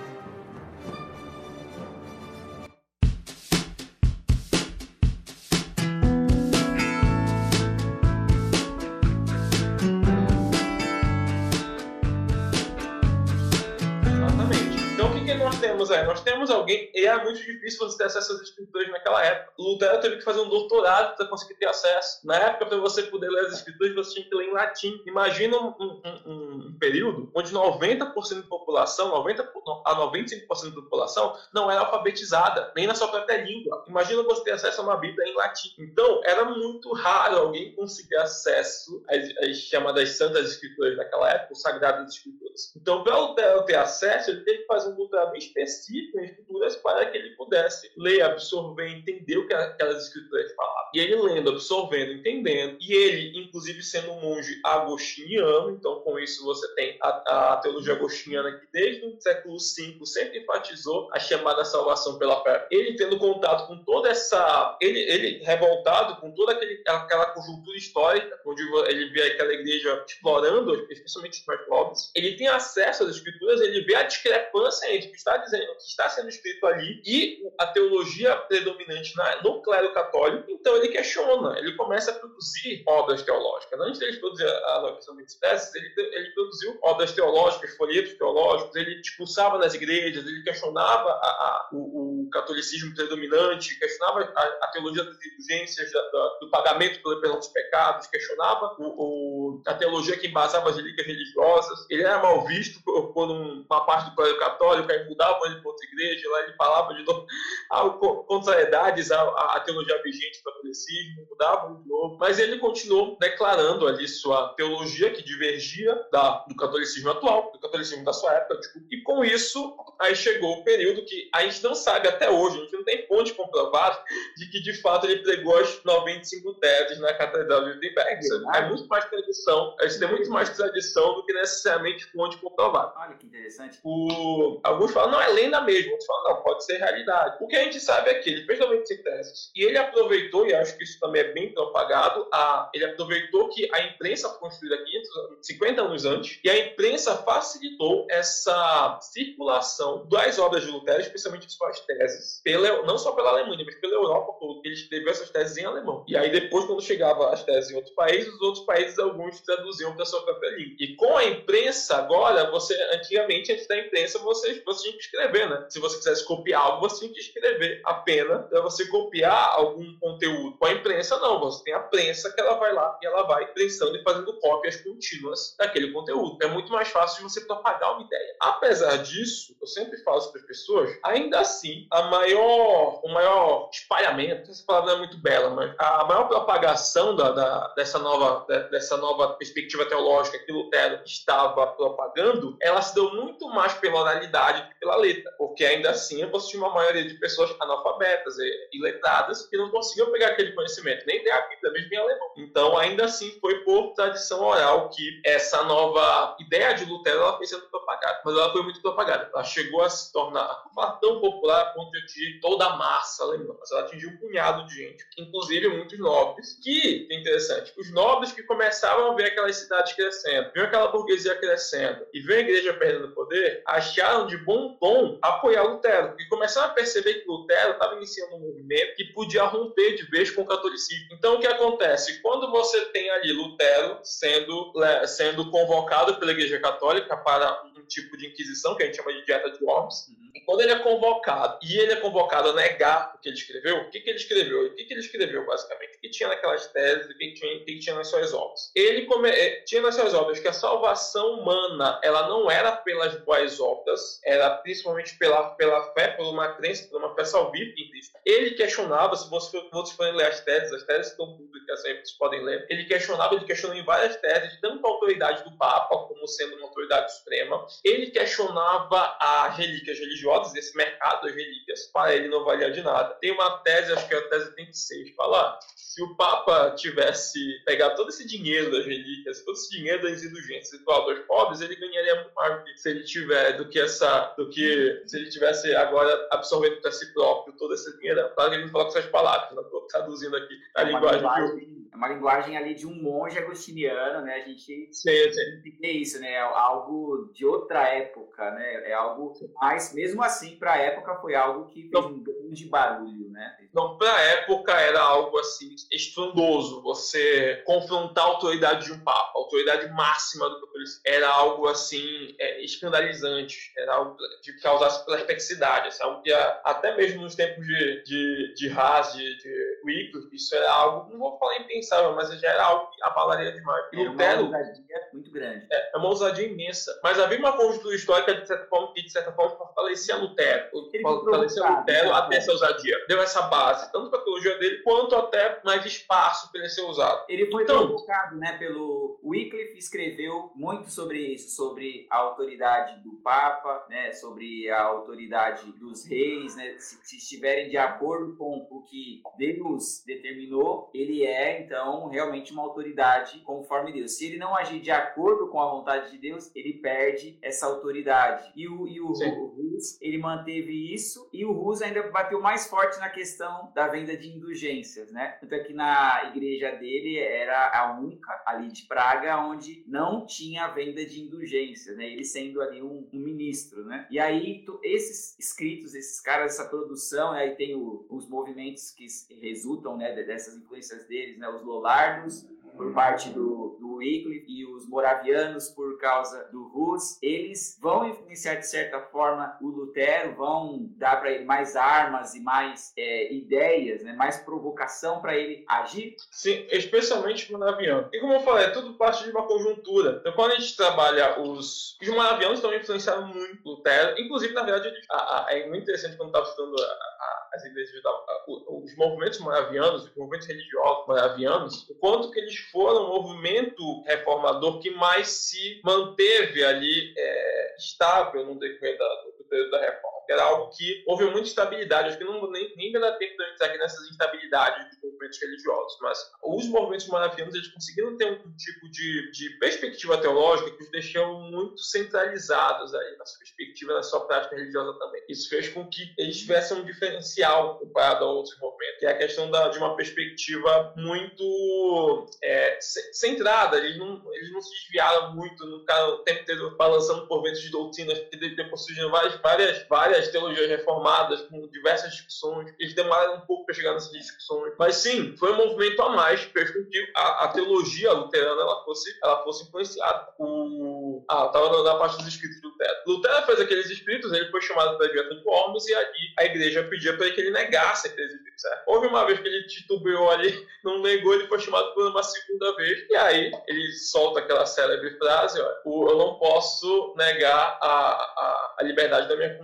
Nós temos, é, nós temos alguém, e era muito difícil você ter acesso às escrituras naquela época. Lutero teve que fazer um doutorado para conseguir ter acesso. Na época, para você poder ler as escrituras, você tinha que ler em latim. Imagina um, um, um, um período onde noventa por cento da população, noventa a noventa e cinco por cento da população, não era alfabetizada, nem na sua própria língua. Imagina você ter acesso a uma Bíblia em latim. Então, era muito raro alguém conseguir acesso às, às chamadas Santas Escrituras naquela época, os Sagradas Escrituras. Então, para Lutero ter acesso, ele teve que fazer um doutorado específico em escrituras para que ele pudesse ler, absorver, entender o que aquelas escrituras falavam. E ele lendo, absorvendo, entendendo, e ele, inclusive, sendo um monge agostiniano, então com isso você tem a, a teologia agostiniana que desde o século cinco sempre enfatizou a chamada salvação pela fé. Ele tendo contato com toda essa... Ele, ele revoltado com toda aquele, aquela conjuntura histórica, onde ele vê aquela igreja explorando, especialmente os mais pobres, ele tem acesso às escrituras, ele vê a discrepância entre o que está dizendo, o que está sendo escrito ali e a teologia predominante na, no clero católico. Então ele questiona, ele começa a produzir obras teológicas. Antes dele produzir a questão de teses, ele, ele produziu obras teológicas, folhetos teológicos, ele expulsava nas igrejas, ele questionava a, a, o, o catolicismo predominante, questionava a, a teologia das indulgências, da, da, do pagamento pelo perdão dos pecados, questionava o, o, a teologia que embasava as relíquias religiosas. Ele era mal visto por, por um, uma parte do clero católico, aí mudavam ele para outra igreja, lá ele falava de novo contrariedades à, à teologia vigente do catolicismo, mudavam de novo, mas ele continuou declarando ali sua teologia que divergia da, do catolicismo atual, do catolicismo da sua época, tipo, e com isso aí chegou o período que a gente não sabe até hoje, a gente não tem fonte comprovada de que de fato ele pregou as noventa e cinco teses na Catedral de Wittenberg. É muito mais tradição, a gente tem muito mais tradição do que necessariamente fonte comprovada. Olha que interessante. O, alguns falam, não, é lenda mesmo, outros falam, não, pode ser realidade. O que a gente sabe é que ele fez noventa e cinco teses, e ele aproveitou, e acho que isso também é bem propagado, a, ele aproveitou que a imprensa foi construída quinhentos anos, cinquenta anos antes, e a imprensa facilitou essa circulação das obras de Lutero, especialmente suas teses, pela, não só pela Alemanha, mas pela Europa toda. Ele escreveu essas teses em alemão. E aí depois, quando chegava as teses em outros países, os outros países, alguns traduziam para a sua própria língua. E com a imprensa, agora, você, antigamente, antes da imprensa, você, você tinha que escrever, né? Se você quisesse copiar algo, você tinha que escrever a pena para você copiar algum conteúdo. Com a imprensa, não. Você tem a prensa que ela vai lá e ela vai prensando e fazendo cópias contínuas daquele conteúdo. É muito mais fácil de você propagar uma ideia. Apesar disso, eu sempre falo isso para as pessoas, ainda assim, a maior, o maior espalhamento, essa palavra não é muito bela, mas a maior propagação da, da, dessa, nova, dessa nova perspectiva teológica que Lutero estava propagando, ela se deu muito mais pela oralidade do que pela letra. aceita, porque ainda assim você tinha uma maioria de pessoas analfabetas e iletradas que não conseguiam pegar aquele conhecimento, nem ler a Bíblia, mesmo em alemão. Então, ainda assim, foi por tradição oral que essa nova ideia de Lutero ela foi sendo propagada, mas ela foi muito propagada. Ela chegou a se tornar tão popular a ponto de atingir toda a massa alemã, mas ela atingiu um punhado de gente, inclusive muitos nobres, que, é interessante, os nobres que começavam a ver aquelas cidades crescendo, viam aquela burguesia crescendo e viam a igreja perdendo poder, acharam de bom tom apoiar Lutero, e começaram a perceber que Lutero estava iniciando um movimento que podia romper de vez com o catolicismo. Então, o que acontece? Quando você tem ali Lutero sendo, sendo convocado pela igreja católica para um tipo de inquisição, que a gente chama de dieta de Worms, uhum. E quando ele é convocado, e ele é convocado a negar o que ele escreveu, o que, que ele escreveu? O que, que ele escreveu, basicamente? O que tinha naquelas teses, o que tinha, o que tinha nas suas obras? Ele come, tinha nas suas obras que a salvação humana, ela não era pelas boas obras, era principalmente pela, pela fé, por uma crença, por uma fé salvífica em Cristo. Ele questionava, se vocês, vocês forem ler as teses, as teses estão públicas, aí vocês podem ler, ele questionava, ele questionou em várias teses, tanto a autoridade do Papa, como sendo uma autoridade suprema. Ele questionava as relíquias religiosas, esse mercado das relíquias, para ele não valia de nada. Tem uma tese, acho que é a tese trinta e seis, fala, se o Papa tivesse pegado todo esse dinheiro das relíquias, todo esse dinheiro das indulgências e doado aos pobres, ele ganharia muito mais se ele tiver do que essa, do que se ele tivesse agora absorvendo para si próprio todo esse dinheiro. Claro que ele não fala com essas palavras, não estou traduzindo aqui a é linguagem. linguagem é uma linguagem ali de um monge agostiniano, né? A gente sim, sim. tem isso, né? É algo de outra época, né? É algo mais, mesmo assim, para a época foi algo que fez então, um grande barulho, né? Então, para a época era algo assim estrondoso, você confrontar a autoridade de um papa, a autoridade máxima do catolicismo, era algo assim é, escandalizante, era algo de causar perplexidade, assim, algo que até mesmo nos tempos de, de, de Haas, de, de Wycliffe, isso era algo, não vou falar impensável, mas já era algo que abalaria demais. E era Lutero, uma ousadia muito grande. É, é uma ousadia imensa, mas havia uma conjuntura histórica de certa forma, que de certa forma fortalecia Lutero, fortalecia Lutero até essa ousadia, deu essa base, tanto para a teologia dele, quanto até mais espaço para ele ser usado. Ele foi então, provocado, né, pelo Wycliffe, escreveu muito sobre isso, sobre a autoridade do Papa, né, sobre a autoridade dos reis, né, se, se estiverem de acordo com o que Deus determinou, ele é, então, realmente uma autoridade conforme Deus. Se ele não agir de acordo com a vontade de Deus, ele perde essa autoridade. E o, e o, o Hus, ele manteve isso, e o Hus ainda bateu mais forte na questão da venda de indulgências, né? Tanto é que na igreja dele era a única ali de Praga onde não tinha venda de indulgências, né? Ele sendo ali um, um ministro, né? E aí tu, esses escritos, esses caras, essa produção, aí tem o, os movimentos que resultam, né, dessas influências deles, né? Os Lollardos, por parte do, do Wycliffe, e os moravianos por causa do Hus, eles vão influenciar de certa forma o Lutero, vão dar para ele mais armas e mais é, ideias, né, mais provocação para ele agir? Sim, especialmente os moravianos. E como eu falei, é tudo parte de uma conjuntura. Então, quando a gente trabalha os... Os moravianos também influenciaram muito Lutero, inclusive, na verdade, a, a, é muito interessante quando estava estudando a, a, as igrejas, a, a, os movimentos moravianos, os movimentos religiosos moravianos, o quanto que eles foram um movimento reformador que mais se manteve ali é, estável no decorrer da, do período da reforma. Era algo que houve muita estabilidade. Acho que não, nem, nem vai dar tempo de entrar aqui nessas instabilidades dos movimentos religiosos, mas os movimentos moravianos, eles conseguiram ter um, um tipo de, de perspectiva teológica que os deixou muito centralizados aí na sua perspectiva, na sua prática religiosa também. Isso fez com que eles tivessem um diferencial comparado a outros movimentos, que é a questão da, de uma perspectiva muito é, centrada. Eles não, eles não se desviaram muito, não ficaram o tempo inteiro balançando por ventos de doutrinas, porque depois surgiram várias, várias, várias teologias reformadas com diversas discussões. Eles demoraram um pouco para chegar nessas discussões, mas sim, foi um movimento a mais que fez com que a, a teologia luterana ela fosse, ela fosse influenciada. O... Ah, estava na parte dos escritos de Lutero. Lutero fez aqueles escritos, ele foi chamado para dieta de Worms, e ali a igreja pedia para que ele negasse aqueles escritos. Certo? Houve uma vez que ele titubeou ali, não negou, ele foi chamado por uma segunda vez, e aí ele solta aquela célebre frase, ó, eu não posso negar a, a, a liberdade da minha consciência.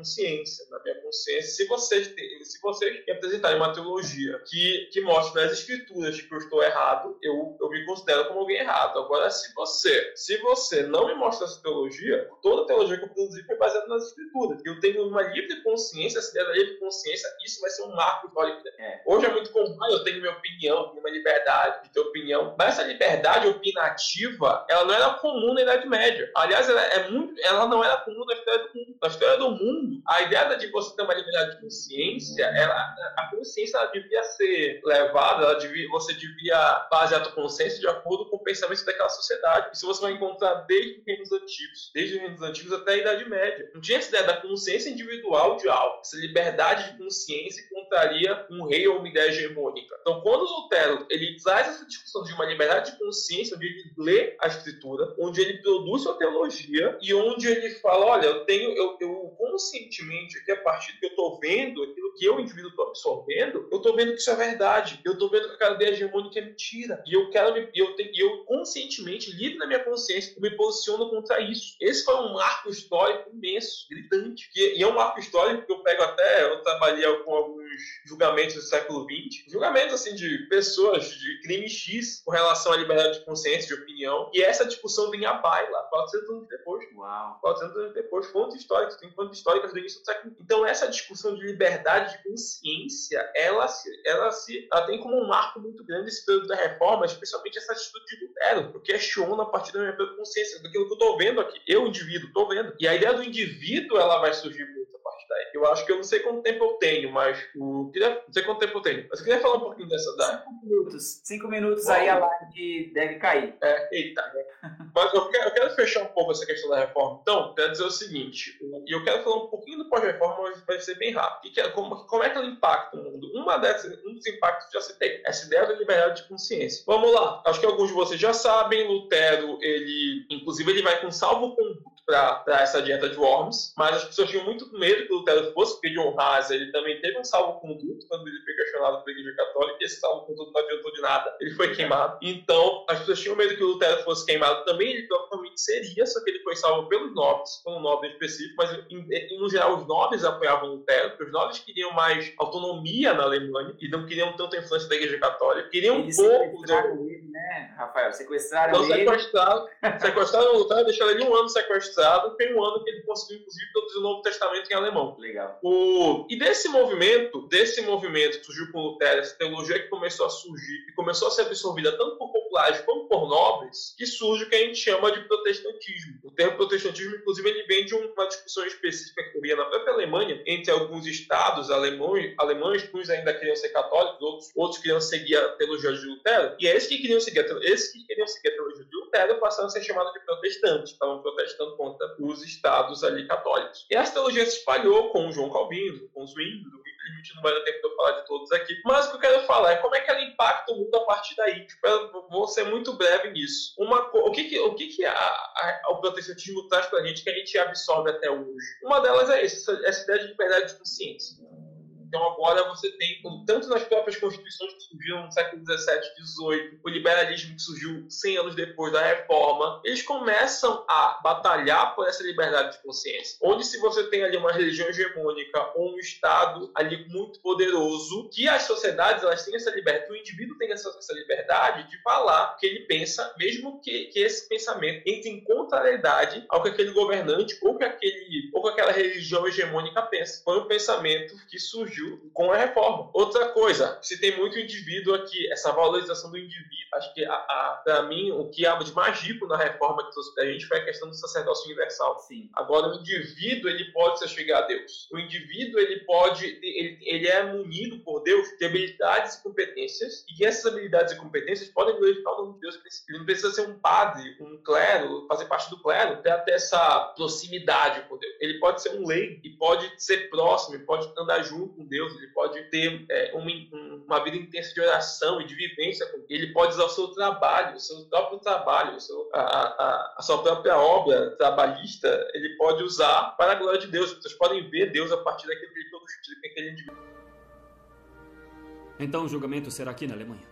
consciência, na minha consciência, se vocês, se vocês me apresentarem uma teologia que, que mostre nas escrituras que eu estou errado, eu, eu me considero como alguém errado. Agora, se você, se você não me mostra essa teologia, toda a teologia que eu produzi foi baseada nas escrituras. Eu tenho uma livre consciência, essa ideia da livre consciência, isso vai ser um marco histórico. É. Hoje é muito comum, eu tenho minha opinião, tenho uma liberdade de ter opinião, mas essa liberdade opinativa, ela não era comum na Idade Média. Aliás, ela, é muito, ela não era comum na história do mundo. Na história do mundo, a ideia de você ter uma liberdade de consciência, ela, a consciência ela devia ser levada, ela devia, você devia basear a tua consciência de acordo com o pensamento daquela sociedade. Isso você vai encontrar desde os reinos antigos, desde os reinos antigos até a Idade Média. Não tinha essa ideia da consciência individual de algo. Essa liberdade de consciência encontraria um rei ou uma ideia hegemônica. Então, quando Lutero ele traz essa discussão de uma liberdade de consciência, onde ele lê a Escritura, onde ele produz sua teologia e onde ele fala, olha, eu tenho, eu, eu conscientemente, aqui a partir do que eu estou vendo, aquilo que eu, indivíduo, estou absorvendo, eu estou vendo que isso é verdade. Eu estou vendo que aquela ideia hegemônica é mentira. E eu quero me, eu, tenho, eu conscientemente, livre na minha consciência, eu me posiciono contra isso. Esse foi um marco histórico imenso, gritante. E, e é um marco histórico que eu pego até, eu trabalhei com alguns julgamentos do século vinte, julgamentos assim de pessoas de crime X com relação à liberdade de consciência, de opinião, e essa discussão vem à baila quatrocentos anos depois. Uau. quatrocentos anos depois, fontes históricas, tem fontes históricas do início do século vinte. Então essa discussão de liberdade de consciência, ela se, ela se, ela tem como um marco muito grande esse período da reforma, especialmente essa atitude de Lutero. Eu questiono a partir da minha própria consciência, daquilo que eu estou vendo aqui. Eu, indivíduo, estou vendo. E a ideia do indivíduo, ela vai surgir muito a partir daí. Eu acho que eu não sei quanto tempo eu tenho, mas o... não sei quanto tempo eu tenho, mas eu queria falar um pouquinho dessa daí. Cinco minutos. Cinco minutos, aí a live deve cair. É, eita. Mas eu quero, eu quero fechar um pouco essa questão da reforma. Então, quero dizer o seguinte, e eu quero falar um pouquinho do pós-reforma, mas vai ser bem rápido. Que é, como, como é que ela impacta o mundo? Uma dessas, um dos impactos que já citei, essa ideia da liberdade de consciência. Vamos lá. Acho que alguns de vocês já sabem, Lutero, ele, inclusive, ele vai com salvo-conduto para essa dieta de Worms, mas as pessoas tinham muito medo que Lutero fosse, porque John Hus, ele também teve um salvo-conduto quando ele foi questionado pela Igreja Católica, e esse salvo-conduto não adiantou de nada, ele foi queimado. Então, as pessoas tinham medo que Lutero fosse queimado também, ele provavelmente seria, só que ele foi salvo pelos nobres, por um nobre específico, mas em, em, no geral os nobres apoiavam Lutero, porque os nobres queriam mais autonomia na Alemanha, e não queriam tanta influência da Igreja Católica, queriam Eles um pouco... sequestraram de... ele, né, Rafael? Sequestraram então, ele. Sequestraram, sequestraram Lutero, deixaram ele um ano sequestrado, tem um ano que ele conseguiu, inclusive, produzir o Novo Testamento em alemão. Legal. O... E desse movimento, desse movimento que surgiu com Lutero, essa teologia que começou a surgir, e começou a ser absorvida tanto por populares como por nobres, que surge o que a gente chama de protestantismo. O termo protestantismo, inclusive, ele vem de uma discussão específica que havia na própria Alemanha, entre alguns estados alemães, alemães, uns ainda queriam ser católicos, outros, outros queriam seguir a teologia de Lutero, e esses que queriam seguir a, esses que queriam seguir a teologia de Lutero passaram a ser chamados de protestantes, estavam protestando contra os estados ali católicos. E essa teologia se espalhou com o João Calvino, com os Zwingli, não vai dar tempo de eu falar de todos aqui, mas o que eu quero falar é como é que ela impacta o mundo a partir daí. Tipo, eu vou ser muito breve nisso. Uma, o que, que, o, que, que a, a, o protestantismo traz pra gente que a gente absorve até hoje? Uma delas é essa, essa ideia de liberdade de consciência. Então agora você tem, tanto nas próprias constituições que surgiram no século dezessete, dezoito, o liberalismo que surgiu cem anos depois da Reforma, eles começam a batalhar por essa liberdade de consciência. Onde se você tem ali uma religião hegemônica ou um Estado ali muito poderoso, que as sociedades elas têm essa liberdade, que o indivíduo tem essa, essa liberdade de falar o que ele pensa, mesmo que, que esse pensamento entre em contrariedade ao que aquele governante ou que, aquele, ou que aquela religião hegemônica pensa. Foi um pensamento que surgiu com a reforma. Outra coisa, se tem muito indivíduo aqui, essa valorização do indivíduo, acho que, a, a, pra mim, o que há de mais rico na reforma que trouxe pra gente foi a questão do sacerdócio universal. Sim. Agora, o indivíduo, ele pode se chegar a Deus. O indivíduo, ele pode, ele, ele é munido por Deus de habilidades e competências, e que essas habilidades e competências podem glorificar o nome de Deus. Ele não precisa ser um padre, um clero, fazer parte do clero, para ter essa proximidade com Deus. Ele pode ser um leigo, e pode ser próximo, e pode andar junto com Deus, ele pode ter é, uma, uma vida intensa de oração e de vivência com Deus. Ele pode usar o seu trabalho, o seu próprio trabalho, o seu, a, a, a sua própria obra trabalhista, ele pode usar para a glória de Deus. As pessoas podem ver Deus a partir daquele que ele produziu, daquele indivíduo. Então o julgamento será aqui na Alemanha?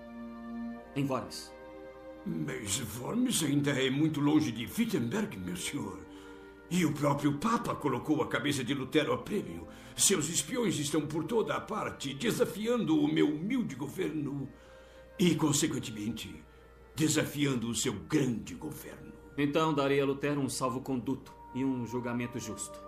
Em Worms? Mas Worms ainda é muito longe de Wittenberg, meu senhor. E o próprio Papa colocou a cabeça de Lutero a prêmio. Seus espiões estão por toda a parte, desafiando o meu humilde governo e, consequentemente, desafiando o seu grande governo. Então darei a Lutero um salvo-conduto e um julgamento justo.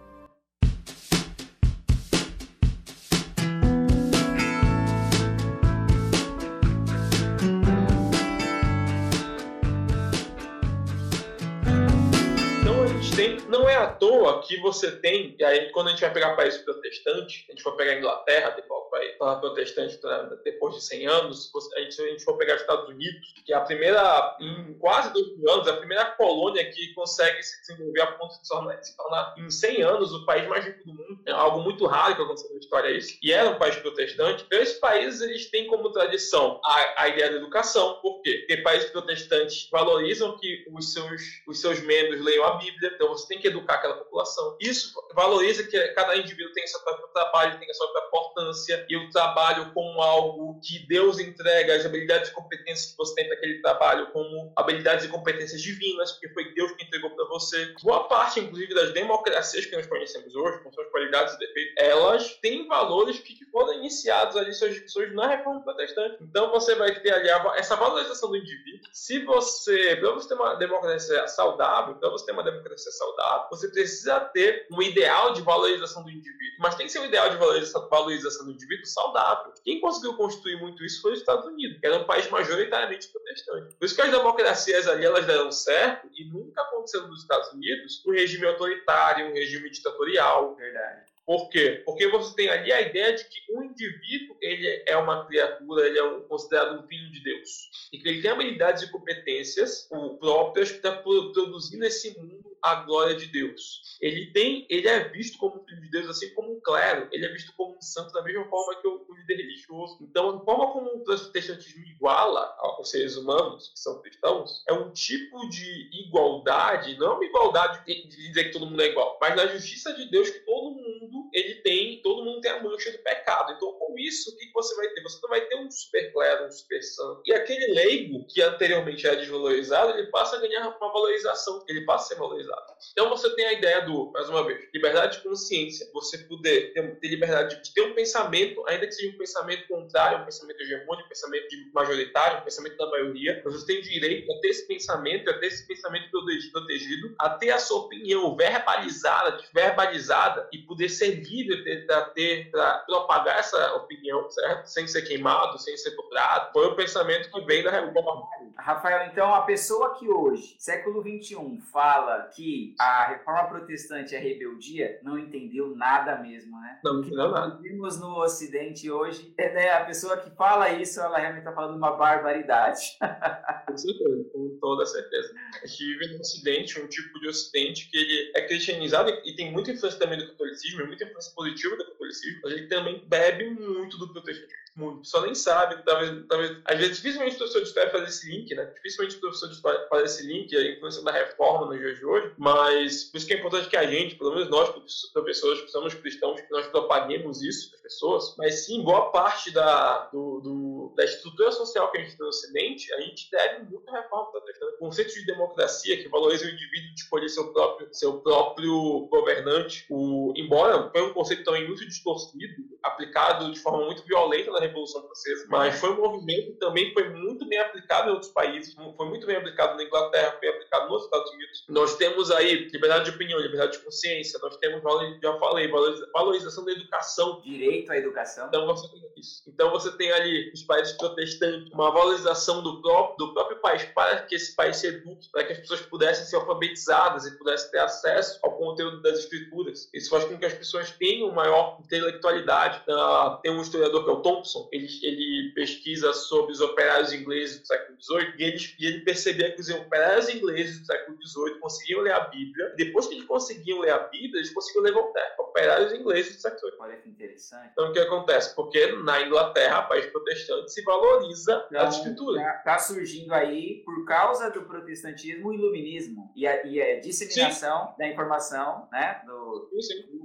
Não é à toa que você tem, e aí quando a gente vai pegar países protestantes, a gente for pegar a Inglaterra, depois vai falar protestante depois de cem anos, a gente, a gente for pegar os Estados Unidos, que é a primeira, em quase dois mil anos, a primeira colônia que consegue se desenvolver a ponto de se tornar, se tornar em cem anos o país mais rico do mundo. É algo muito raro que aconteceu na história isso, e era um país protestante. Então esses países eles têm como tradição a, a ideia da educação. Por quê? Porque países protestantes valorizam que os seus, os seus membros leiam a Bíblia, então você tem que educar aquela população. Isso valoriza que cada indivíduo tem seu próprio trabalho, tem a sua própria importância, e o trabalho como algo que Deus entrega, as habilidades e competências que você tem para aquele trabalho como habilidades e competências divinas, porque foi Deus que entregou para você. Boa parte, inclusive, das democracias que nós conhecemos hoje, com suas qualidades e defeitos, elas têm valores que foram iniciados ali suas discussões na Reforma Protestante. Então você vai ter ali a, essa valorização do indivíduo. Se você, para você ter uma democracia saudável, para você ter uma democracia saudável, você precisa ter um ideal de valorização do indivíduo. Mas tem que ser um ideal de valorização, valorização do indivíduo saudável. Quem conseguiu construir muito isso foi os Estados Unidos, que era um país majoritariamente protestante. Por isso que as democracias ali elas deram certo e nunca aconteceu nos Estados Unidos um regime autoritário, um regime ditatorial. Verdade. Por quê? Porque você tem ali a ideia de que um indivíduo ele é uma criatura, ele é um, considerado um filho de Deus. E que ele tem habilidades e competências próprias para produzir nesse mundo a glória de Deus. Ele tem, ele é visto como um filho de Deus, assim como um clero. Ele é visto como um santo da mesma forma que o, o líder religioso. Então, a forma como o protestantismo iguala aos seres humanos, que são cristãos, é um tipo de igualdade, não é uma igualdade de, de dizer que todo mundo é igual, mas na justiça de Deus que todo mundo ele tem, todo mundo tem a mancha do pecado. Então, com isso, o que você vai ter? Você não vai ter um super clero, um super santo. E aquele leigo, que anteriormente era desvalorizado, ele passa a ganhar uma valorização, ele passa a ser valorizado. Então, você tem a ideia do, mais uma vez, liberdade de consciência, você poder ter, ter liberdade de ter um pensamento, ainda que seja um pensamento contrário, um pensamento hegemônico, um pensamento majoritário, um pensamento da maioria, você tem direito a ter esse pensamento, a ter esse pensamento protegido, a ter a sua opinião verbalizada, verbalizada e poder ser livre para ter, para propagar essa opinião, certo? Sem ser queimado, sem ser cobrado. Foi o pensamento que vem da Reforma. Rafael, então a pessoa que hoje, século vinte e um, fala que a Reforma Protestante é rebeldia, não entendeu nada mesmo, né? Não entendeu nada. O que vimos no Ocidente hoje, é, né, a pessoa que fala isso, ela realmente está falando uma barbaridade. Com certeza, com toda certeza. A gente vive no Ocidente, um tipo de Ocidente que ele é cristianizado e tem muita influência também do catolicismo, muita influência positiva do catolicismo, a gente também bebe muito do protestantismo. Muito. Só nem sabe, talvez, talvez, às vezes dificilmente o professor de história faz esse link, né? Dificilmente o professor de história faz esse link, a influência da reforma nos dias de hoje, mas por isso que é importante que a gente, pelo menos nós, professores que somos cristãos, que nós propaguemos isso às pessoas, mas sim, boa parte da, do, do, da estrutura social que a gente tem no Ocidente, a gente deve muito à reforma protestante. O conceito de democracia que valoriza o indivíduo de escolher seu próprio, seu próprio governante, o, embora foi um conceito também muito distorcido, aplicado de forma muito violenta na Revolução Francesa, mas foi um movimento que também foi muito bem aplicado em outros países, foi muito bem aplicado na Inglaterra, foi aplicado nos Estados Unidos. Nós temos aí liberdade de opinião, liberdade de consciência, nós temos, já falei, valorização da educação. Direito à educação. Então você tem isso. Então você tem ali os países protestantes, uma valorização do próprio, do próprio país para que esse país se eduque, para que as pessoas pudessem ser alfabetizadas e pudessem ter acesso ao conteúdo das escrituras. Isso faz com que as pessoas tenham maior intelectualidade. Uh, tem um historiador que é o Thompson, ele, ele pesquisa sobre os operários ingleses do século dezoito e ele, e ele percebia que os operários ingleses do século dezoito conseguiam ler a Bíblia, e depois que eles conseguiam ler a Bíblia, eles conseguiam ler Voltaire. Operários ingleses do século dezoito. Olha que interessante. Então o que acontece? Porque na Inglaterra, país protestante, se valoriza então, as escrituras. Está surgindo aí, por causa do protestantismo, o iluminismo e a, e a disseminação sim. da informação, né? Do, sim, sim.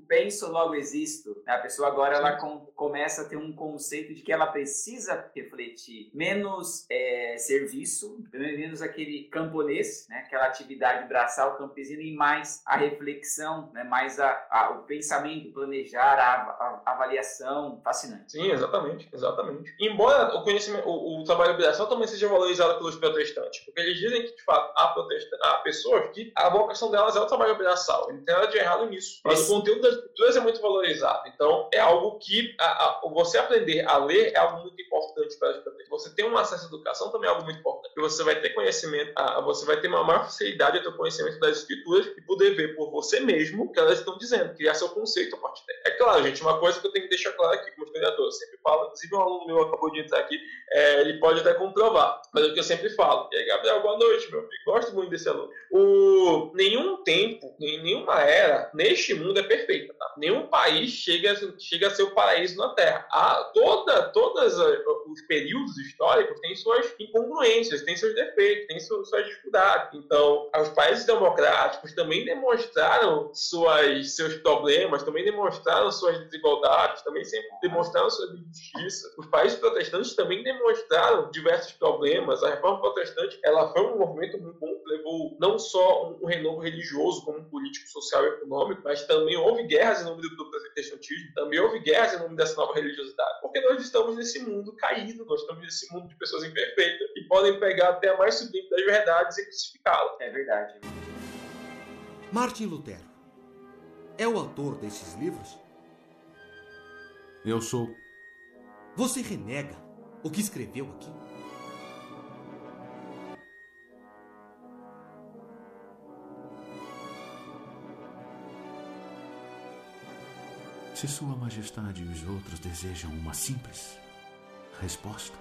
penso, logo existo. A pessoa agora ela com, começa a ter um conceito de que ela precisa refletir menos é, serviço, menos aquele camponês, né? Aquela atividade braçal campesina, e mais a reflexão, né? Mais a, a, o pensamento, planejar, a, a, a avaliação. Fascinante. Sim, exatamente, exatamente. Embora o conhecimento, o, o trabalho braçal também seja valorizado pelos protestantes, porque eles dizem que, de fato, há, protesta- há pessoas que a vocação delas é o trabalho braçal, não tem nada de errado nisso, mas Esse... o conteúdo das escrituras é muito valorizado, então é algo que a, a, você aprender a ler é algo muito importante para as protestantes. Você ter um acesso à educação também é algo muito importante, porque você vai ter conhecimento, a, você vai ter uma maior facilidade a ter o conhecimento das escrituras e poder ver por você mesmo o que elas estão dizendo, criar seu conceito a partir dela. É claro, gente, uma coisa que eu tenho que deixar claro aqui como historiador, eu sempre falo, inclusive um aluno meu acabou de entrar aqui, é, ele pode até comprovar, mas é o que eu sempre falo. E aí, Gabriel, boa noite, meu amigo, gosto muito desse aluno. O, nenhum tempo, nenhuma era neste mundo é perfeita, tá? Nenhum país chega, chega a ser o paraíso na Terra. Há toda, todos os períodos históricos têm suas incongruências, têm seus defeitos, têm suas, suas dificuldades. Então, os países democráticos também demonstraram suas, seus problemas, também demonstraram suas desigualdades, também sempre demonstraram sua injustiça. Os países protestantes também demonstraram diversos problemas. A reforma protestante, ela foi um movimento muito bom, que levou não só um, um renovo religioso, como um político, social e econômico, mas também houve guerras em nome do, do protestantismo, também houve guerras em nome dessa nova religiosidade, porque nós estamos nesse mundo caído, nós estamos nesse mundo de pessoas imperfeitas, que podem pegar até a mais sublime das verdades e crucificá-la. É verdade. Martin Lutero é o autor desses livros? Eu sou. Você renega o que escreveu aqui? Se Sua Majestade e os outros desejam uma simples resposta,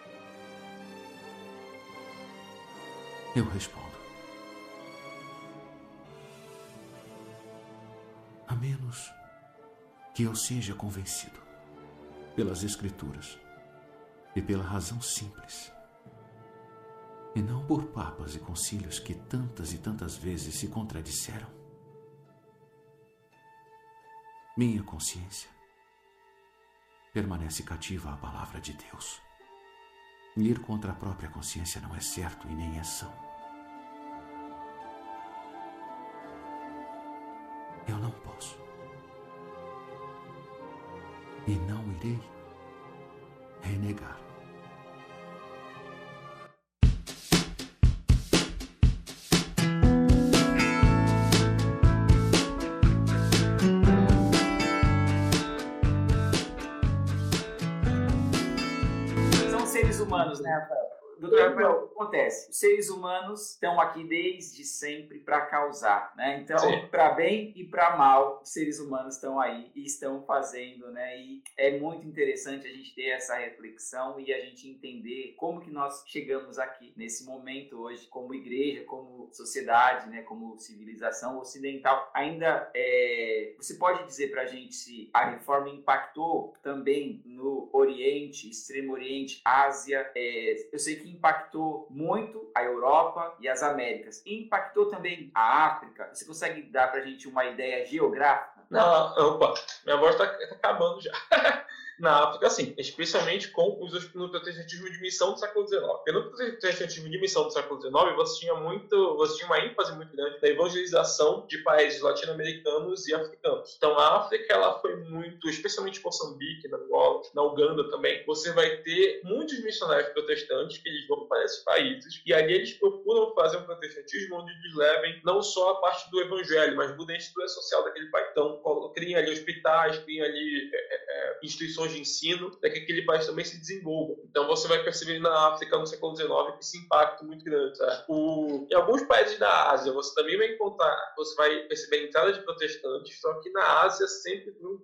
eu respondo. A menos que eu seja convencido pelas Escrituras e pela razão simples, e não por papas e concílios que tantas e tantas vezes se contradisseram, minha consciência permanece cativa à palavra de Deus. Ir contra a própria consciência não é certo e nem é são. Eu não posso e não irei renegar. São seres humanos, né, Rafael? Doutor Rafael, o que acontece? Os seres humanos estão aqui desde sempre para causar, né? Então, para bem e para mal, os seres humanos estão aí e estão fazendo, né? E é muito interessante a gente ter essa reflexão e a gente entender como que nós chegamos aqui, nesse momento hoje, como igreja, como sociedade, né? Como civilização ocidental. Ainda, é... você pode dizer para a gente se a reforma impactou também no Oriente, Extremo Oriente, Ásia? É... Eu sei que impactou muito a Europa e as Américas. Impactou também a África? Você consegue dar pra gente uma ideia geográfica? Não, opa, minha voz tá, tá acabando já. Na África, sim, especialmente com os, no protestantismo de missão do século dezenove. Porque no protestantismo de missão do século dezenove, você tinha, muito, você tinha uma ênfase muito grande na evangelização de países latino-americanos e africanos. Então, a África, ela foi muito, especialmente em Moçambique, na Angola, na Uganda também, você vai ter muitos missionários protestantes que eles vão para esses países e ali eles procuram fazer um protestantismo onde eles levem não só a parte do evangelho, mas mudem a estrutura social daquele país. Então, criem ali hospitais, criem ali é, é, instituições de ensino, para que aquele país também se desenvolva. Então você vai perceber na África, no século dezenove, esse impacto muito grande. Tá? O... Em alguns países da Ásia, você também vai encontrar, você vai perceber a entrada de protestantes, só que na Ásia sempre foi um pouco mais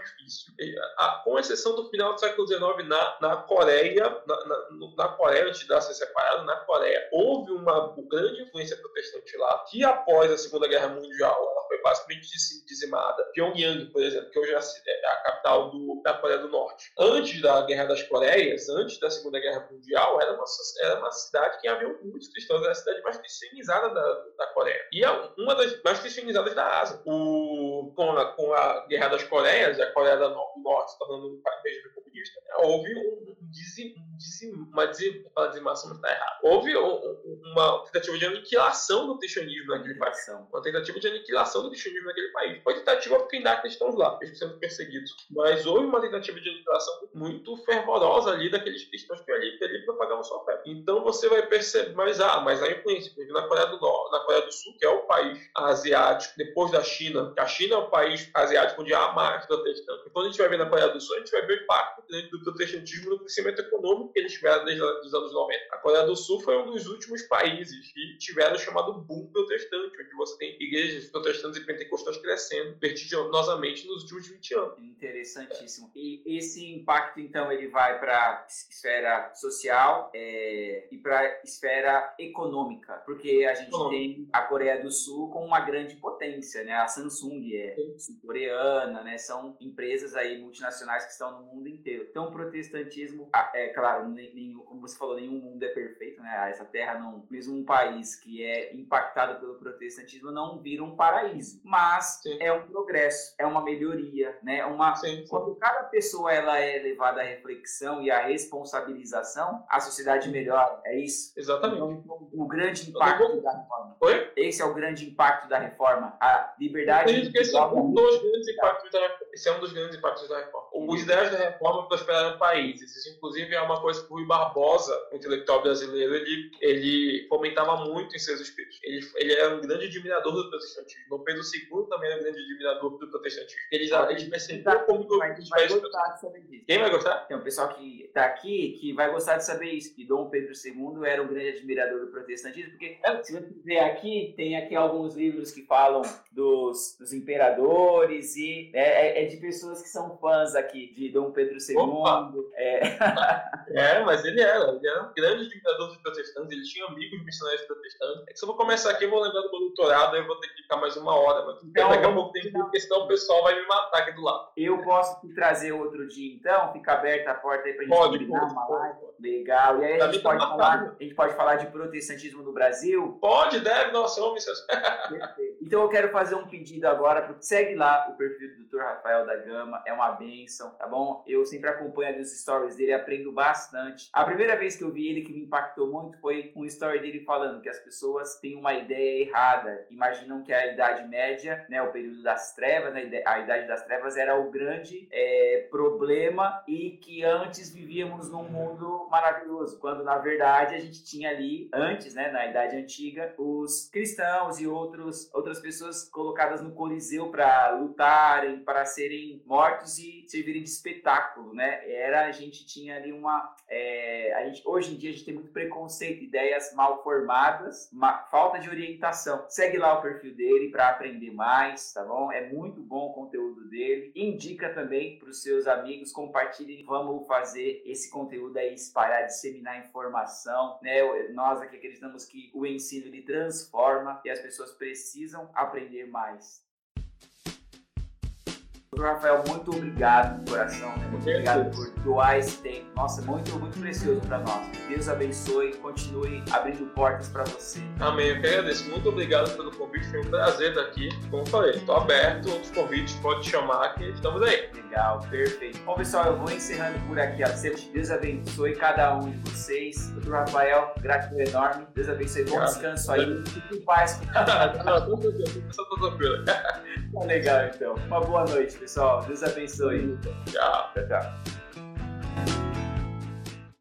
difícil. E, a, com exceção do final do século dezenove, na, na Coreia, na, na, na Coreia, antes de ser separado, na Coreia, houve uma grande influência protestante lá, que após a Segunda Guerra Mundial, ela foi basicamente dizimada. Pyongyang, por exemplo, que hoje é a capital do, da Coreia do Norte. Antes da Guerra das Coreias, antes da Segunda Guerra Mundial, era uma, era uma cidade que havia muitos cristãos, era a cidade mais cristianizada da, da Coreia. E é uma das mais cristianizadas da Ásia. O, com, a, com a Guerra das Coreias, a Coreia do Norte se tornando um país comunista, né, houve um, dizim, dizim, uma dizim, uma dizimação, mas está errado. Houve um, uma tentativa de aniquilação do cristianismo naquele país. Uma tentativa de aniquilação do cristianismo naquele país. Foi tentativa porque ainda há cristãos lá, mesmo sendo perseguidos. Mas houve uma tentativa de aniquilação muito fervorosa ali daqueles cristãos que ali, que ali propagavam sua fé. Então você vai perceber, mas ah, mas a influência na Coreia do Norte, na Coreia do Sul, que é o país asiático, depois da China, que a China é o país asiático onde há mais protestante. E quando a gente vai ver na Coreia do Sul, a gente vai ver o impacto do protestantismo no crescimento econômico que eles tiveram desde os anos noventa. A Coreia do Sul foi um dos últimos países que tiveram o chamado boom protestante, onde você tem igrejas protestantes e pentecostais crescendo vertiginosamente nos últimos vinte anos. Interessantíssimo. E esse impacto, então, ele vai para a esfera social é, e para a esfera econômica, porque a gente Bom. tem a Coreia do Sul como uma grande potência, né? A Samsung é sul-coreana, né? São empresas aí multinacionais que estão no mundo inteiro. Então, o protestantismo, é claro, nenhum, como você falou, nenhum mundo é perfeito, né? Essa terra não, mesmo um país que é impactado pelo protestantismo não vira um paraíso, mas sim. é um progresso, é uma melhoria, né? Uma, sim, sim. Quando cada pessoa ela é levada à reflexão e à responsabilização, a sociedade melhora, é isso? Exatamente. Então, o grande impacto da reforma. Oi? Esse é o grande impacto da reforma, a liberdade. Eu que esse é um dos grandes impactos da reforma. Esse é um dos grandes impactos da reforma. Os ideais da reforma prosperaram países. Isso, inclusive, é uma coisa que o Rui Barbosa, o intelectual brasileiro, ele, ele fomentava muito em seus escritos. Ele, ele era um grande admirador do protestantismo. Dom Pedro segundo também era um grande admirador do protestantismo. Eles, eles perceberam como que vai, vai gostar de saber disso. Quem vai gostar? Tem um pessoal que está aqui que vai gostar de saber isso, que Dom Pedro segundo era um grande admirador do protestantismo, porque se você ver aqui, tem aqui alguns livros que falam dos, dos imperadores e é, é de pessoas que são fãs aqui de Dom Pedro segundo. É. é, mas ele era, ele era um grande admirador dos protestantes, ele tinha amigos missionários protestantes. É que se eu vou começar aqui, eu vou lembrar do meu doutorado, eu vou ter que ficar mais uma hora, mas então, daqui a pouco tem que, porque senão o pessoal vai me matar aqui do lado. Eu posso te trazer outro dia, então, fica aberta a porta aí pra gente pode, terminar pode, uma pode, live. Pode. Legal. E aí a gente, tá pode falar, a gente pode falar de protestantismo no Brasil? Pode, deve, nossa, eu amo isso. Então eu quero fazer um pedido agora, segue lá o perfil do doutor Rafael da Gama, é uma bênção, tá bom? Eu sempre acompanho ali os stories dele, aprendo bastante. A primeira vez que eu vi ele que me impactou muito foi um story dele falando que as pessoas têm uma ideia errada, imaginam que a Idade Média, né, o período das trevas, né, a Idade das Trevas era o grande é, problema e que antes vivíamos num mundo maravilhoso, quando na verdade a gente tinha ali, antes, né, na Idade Antiga, os cristãos e outros, outras pessoas colocadas no Coliseu para lutarem, para serem mortos e servirem de espetáculo, né? Era, a gente tinha ali uma... É, a gente, hoje em dia a gente tem muito preconceito, ideias mal formadas, uma, falta de orientação. Segue lá o perfil dele para aprender mais, tá bom? É muito bom o conteúdo dele. Indica também para os seus amigos, compartilhem, vamos fazer esse conteúdo aí, espalhar, disseminar informação, né? Nós aqui acreditamos que o ensino ele transforma e as pessoas precisam aprender mais. doutor Rafael, muito obrigado de coração, né? Muito obrigado por doar esse tempo. Nossa, muito, muito precioso para nós. Deus abençoe e continue abrindo portas para você. Amém. Eu que agradeço. Muito obrigado pelo convite. Foi um prazer estar aqui. Como eu falei, estou aberto. Outros convites, pode chamar que estamos aí. Legal, perfeito. Bom, pessoal, eu vou encerrando por aqui. Deus abençoe cada um de vocês. doutor Rafael, gratidão enorme. Deus abençoe. Bom descanso aí. Fique em paz. Não, tô tranquilo. Tá legal, então. Uma boa noite, pessoal. Deus abençoe. Tchau. Tchau, tchau.